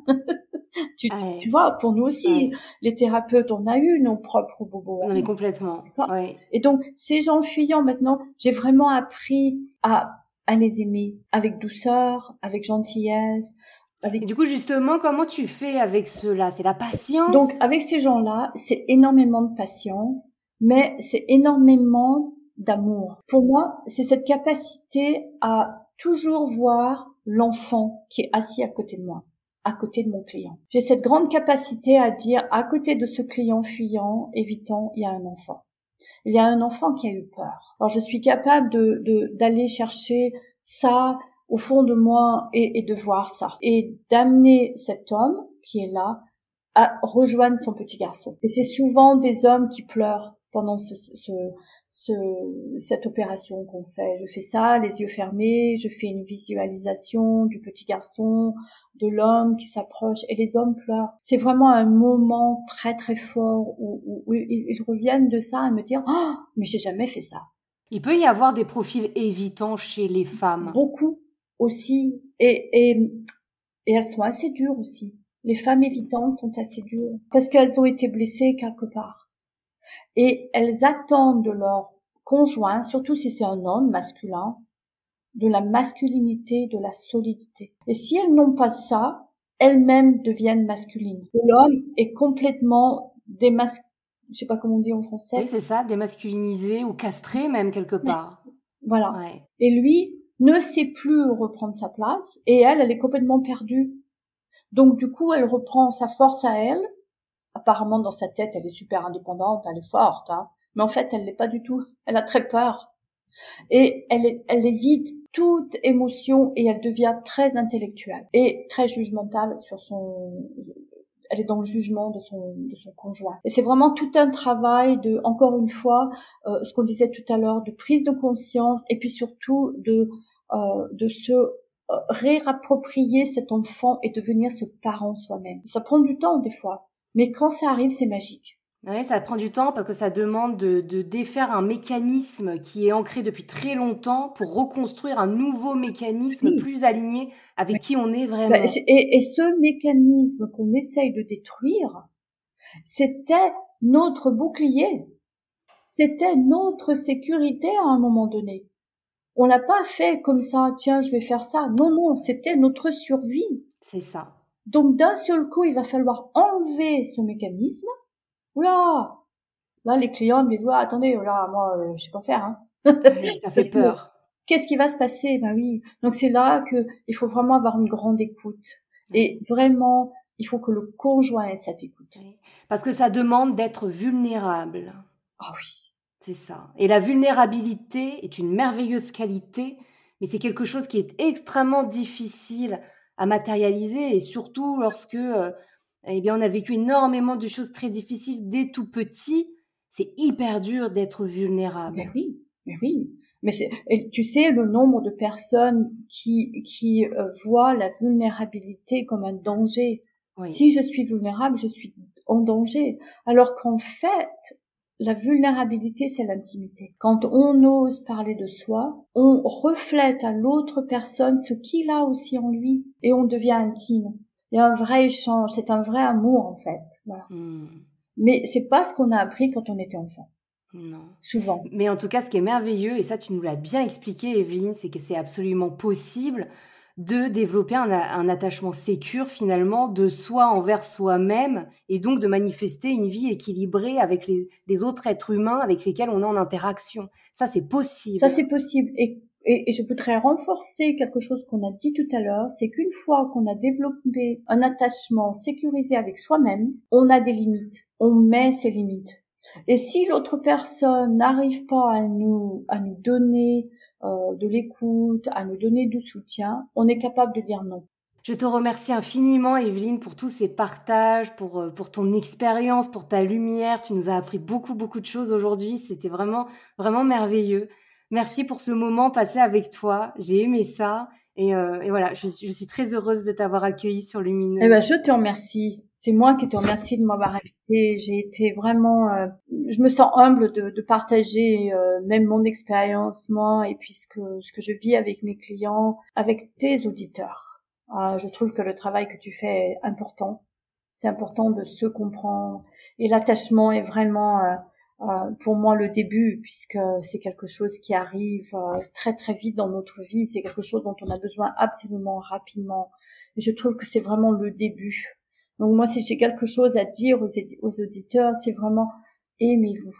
tu, ouais. tu vois, pour nous aussi, ouais. Les thérapeutes, on a eu nos propres bobos. Non, mais complètement. Ouais. Et donc, ces gens fuyants, maintenant, j'ai vraiment appris à à les aimer avec douceur, avec gentillesse. Avec... Et du coup, justement, comment tu fais avec ceux-là? C'est la patience? Donc, avec ces gens-là, c'est énormément de patience, mais c'est énormément d'amour. Pour moi, c'est cette capacité à toujours voir l'enfant qui est assis à côté de moi, à côté de mon client. J'ai cette grande capacité à dire, à côté de ce client fuyant, évitant, il y a un enfant. Il y a un enfant qui a eu peur. Alors, je suis capable de, de, d'aller chercher ça au fond de moi et, et de voir ça. Et d'amener cet homme qui est là à rejoindre son petit garçon. Et c'est souvent des hommes qui pleurent pendant ce, ce, ce, cette opération qu'on fait. Je fais ça, les yeux fermés, je fais une visualisation du petit garçon, de l'homme qui s'approche, et les hommes pleurent. C'est vraiment un moment très très fort où, où, où ils, ils reviennent de ça et me dire « Oh, mais j'ai jamais fait ça ». Il peut y avoir des profils évitants chez les femmes. Beaucoup aussi, et, et, et elles sont assez dures aussi. Les femmes évitantes sont assez dures parce qu'elles ont été blessées quelque part. Et elles attendent de leur conjoint, surtout si c'est un homme masculin, de la masculinité, de la solidité. Et si elles n'ont pas ça, elles-mêmes deviennent masculines. L'homme est complètement démasculé, je sais pas comment on dit en français. Oui, c'est ça, démasculinisé ou castré même quelque part. Voilà. Ouais. Et lui ne sait plus reprendre sa place et elle, elle est complètement perdue. Donc du coup, elle reprend sa force à elle. Apparemment, dans sa tête, elle est super indépendante, elle est forte, hein. Mais en fait, elle l'est pas du tout. Elle a très peur. Et elle, est, elle évite toute émotion et elle devient très intellectuelle et très jugementale sur son... Elle est dans le jugement de son, de son conjoint. Et c'est vraiment tout un travail de, encore une fois, euh, ce qu'on disait tout à l'heure, de prise de conscience et puis surtout de, euh, de se réapproprier cet enfant et devenir ce parent soi-même. Ça prend du temps des fois, mais quand ça arrive, c'est magique. Oui, ça prend du temps parce que ça demande de, de défaire un mécanisme qui est ancré depuis très longtemps pour reconstruire un nouveau mécanisme oui. plus aligné avec oui. qui on est vraiment. Ben, et, et ce mécanisme qu'on essaye de détruire, c'était notre bouclier. C'était notre sécurité à un moment donné. On l'a pas fait comme ça, tiens, je vais faire ça. Non, non, c'était notre survie. C'est ça. Donc, d'un seul coup, il va falloir enlever ce mécanisme Oula, là les clients me disent ouais attendez, là moi euh, je sais pas faire. Hein. Oui, ça fait peur. Qu'est-ce qui va se passer? Ben oui. Donc c'est là que il faut vraiment avoir une grande écoute. Et vraiment, il faut que le conjoint ait cette écoute. Oui. Parce que ça demande d'être vulnérable. Ah oui. C'est ça. Et la vulnérabilité est une merveilleuse qualité, mais c'est quelque chose qui est extrêmement difficile à matérialiser, et surtout lorsque euh, eh bien, on a vécu énormément de choses très difficiles dès tout petit. C'est hyper dur d'être vulnérable. Mais oui, mais oui. Mais c'est, et tu sais, le nombre de personnes qui qui euh, voient la vulnérabilité comme un danger. Oui. Si je suis vulnérable, je suis en danger. Alors qu'en fait, la vulnérabilité, c'est l'intimité. Quand on ose parler de soi, on reflète à l'autre personne ce qu'il a aussi en lui, et on devient intime. Il y a un vrai échange, c'est un vrai amour en fait. Voilà. Mmh. Mais c'est pas ce qu'on a appris quand on était enfant. Non. Souvent. Mais en tout cas, ce qui est merveilleux, et ça tu nous l'as bien expliqué, Evelyne, c'est que c'est absolument possible de développer un, un attachement sécure finalement de soi envers soi-même, et donc de manifester une vie équilibrée avec les, les autres êtres humains avec lesquels on est en interaction. Ça, c'est possible. Ça, c'est possible. Et, et, et je voudrais renforcer quelque chose qu'on a dit tout à l'heure, c'est qu'une fois qu'on a développé un attachement sécurisé avec soi-même, on a des limites. On met ses limites. Et si l'autre personne n'arrive pas à nous à nous donner euh, de l'écoute, à nous donner du soutien, on est capable de dire non. Je te remercie infiniment, Evelyne, pour tous ces partages, pour pour ton expérience, pour ta lumière. Tu nous as appris beaucoup beaucoup de choses aujourd'hui. C'était vraiment vraiment merveilleux. Merci pour ce moment passé avec toi. J'ai aimé ça, et, euh, et voilà, je, je suis très heureuse de t'avoir accueillie sur Lumineuse. Eh ben, je te remercie. C'est moi qui te remercie de m'avoir invitée. J'ai été vraiment, euh, je me sens humble de, de partager euh, même mon expérience, moi, et puis ce que, ce que je vis avec mes clients, avec tes auditeurs. Euh, je trouve que le travail que tu fais est important. C'est important de se comprendre. Et l'attachement est vraiment, euh, euh, pour moi, le début, puisque c'est quelque chose qui arrive euh, très très vite dans notre vie. C'est quelque chose dont on a besoin absolument rapidement. Et je trouve que c'est vraiment le début. Donc moi, si j'ai quelque chose à dire aux, aux auditeurs, c'est vraiment aimez-vous,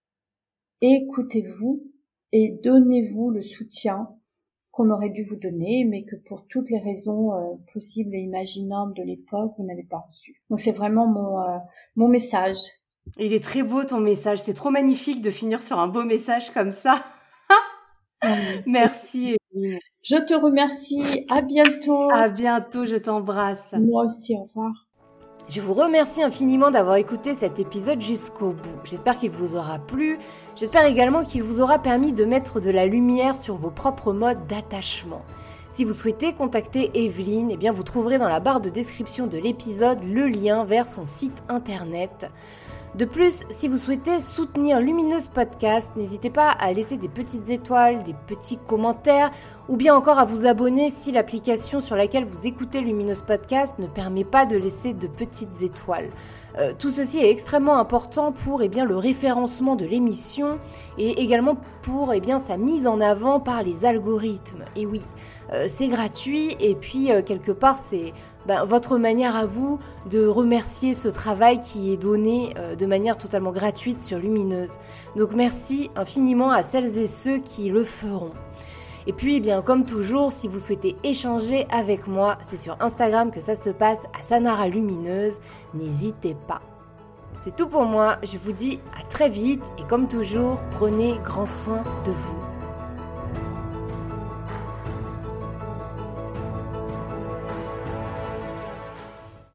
écoutez-vous et donnez-vous le soutien qu'on aurait dû vous donner, mais que pour toutes les raisons euh, possibles et imaginables de l'époque, vous n'avez pas reçu. Donc c'est vraiment mon euh, mon message. Il est très beau ton message, c'est trop magnifique de finir sur un beau message comme ça. Merci Evelyne. Je te remercie, à bientôt. À bientôt, je t'embrasse. Moi aussi, au revoir. Je vous remercie infiniment d'avoir écouté cet épisode jusqu'au bout. J'espère qu'il vous aura plu. J'espère également qu'il vous aura permis de mettre de la lumière sur vos propres modes d'attachement. Si vous souhaitez contacter Evelyne, eh bien vous trouverez dans la barre de description de l'épisode le lien vers son site internet. De plus, si vous souhaitez soutenir Lumineuse Podcast, n'hésitez pas à laisser des petites étoiles, des petits commentaires, ou bien encore à vous abonner si l'application sur laquelle vous écoutez Lumineuse Podcast ne permet pas de laisser de petites étoiles. Euh, tout ceci est extrêmement important pour eh bien, le référencement de l'émission, et également pour eh bien, sa mise en avant par les algorithmes. Et oui, euh, c'est gratuit, et puis euh, quelque part c'est ben, votre manière à vous de remercier ce travail qui est donné euh, de manière totalement gratuite sur Lumineuse. Donc merci infiniment à celles et ceux qui le feront. Et puis, eh bien, comme toujours, si vous souhaitez échanger avec moi, c'est sur Instagram que ça se passe, à Sanara Lumineuse. N'hésitez pas. C'est tout pour moi. Je vous dis à très vite et comme toujours, prenez grand soin de vous.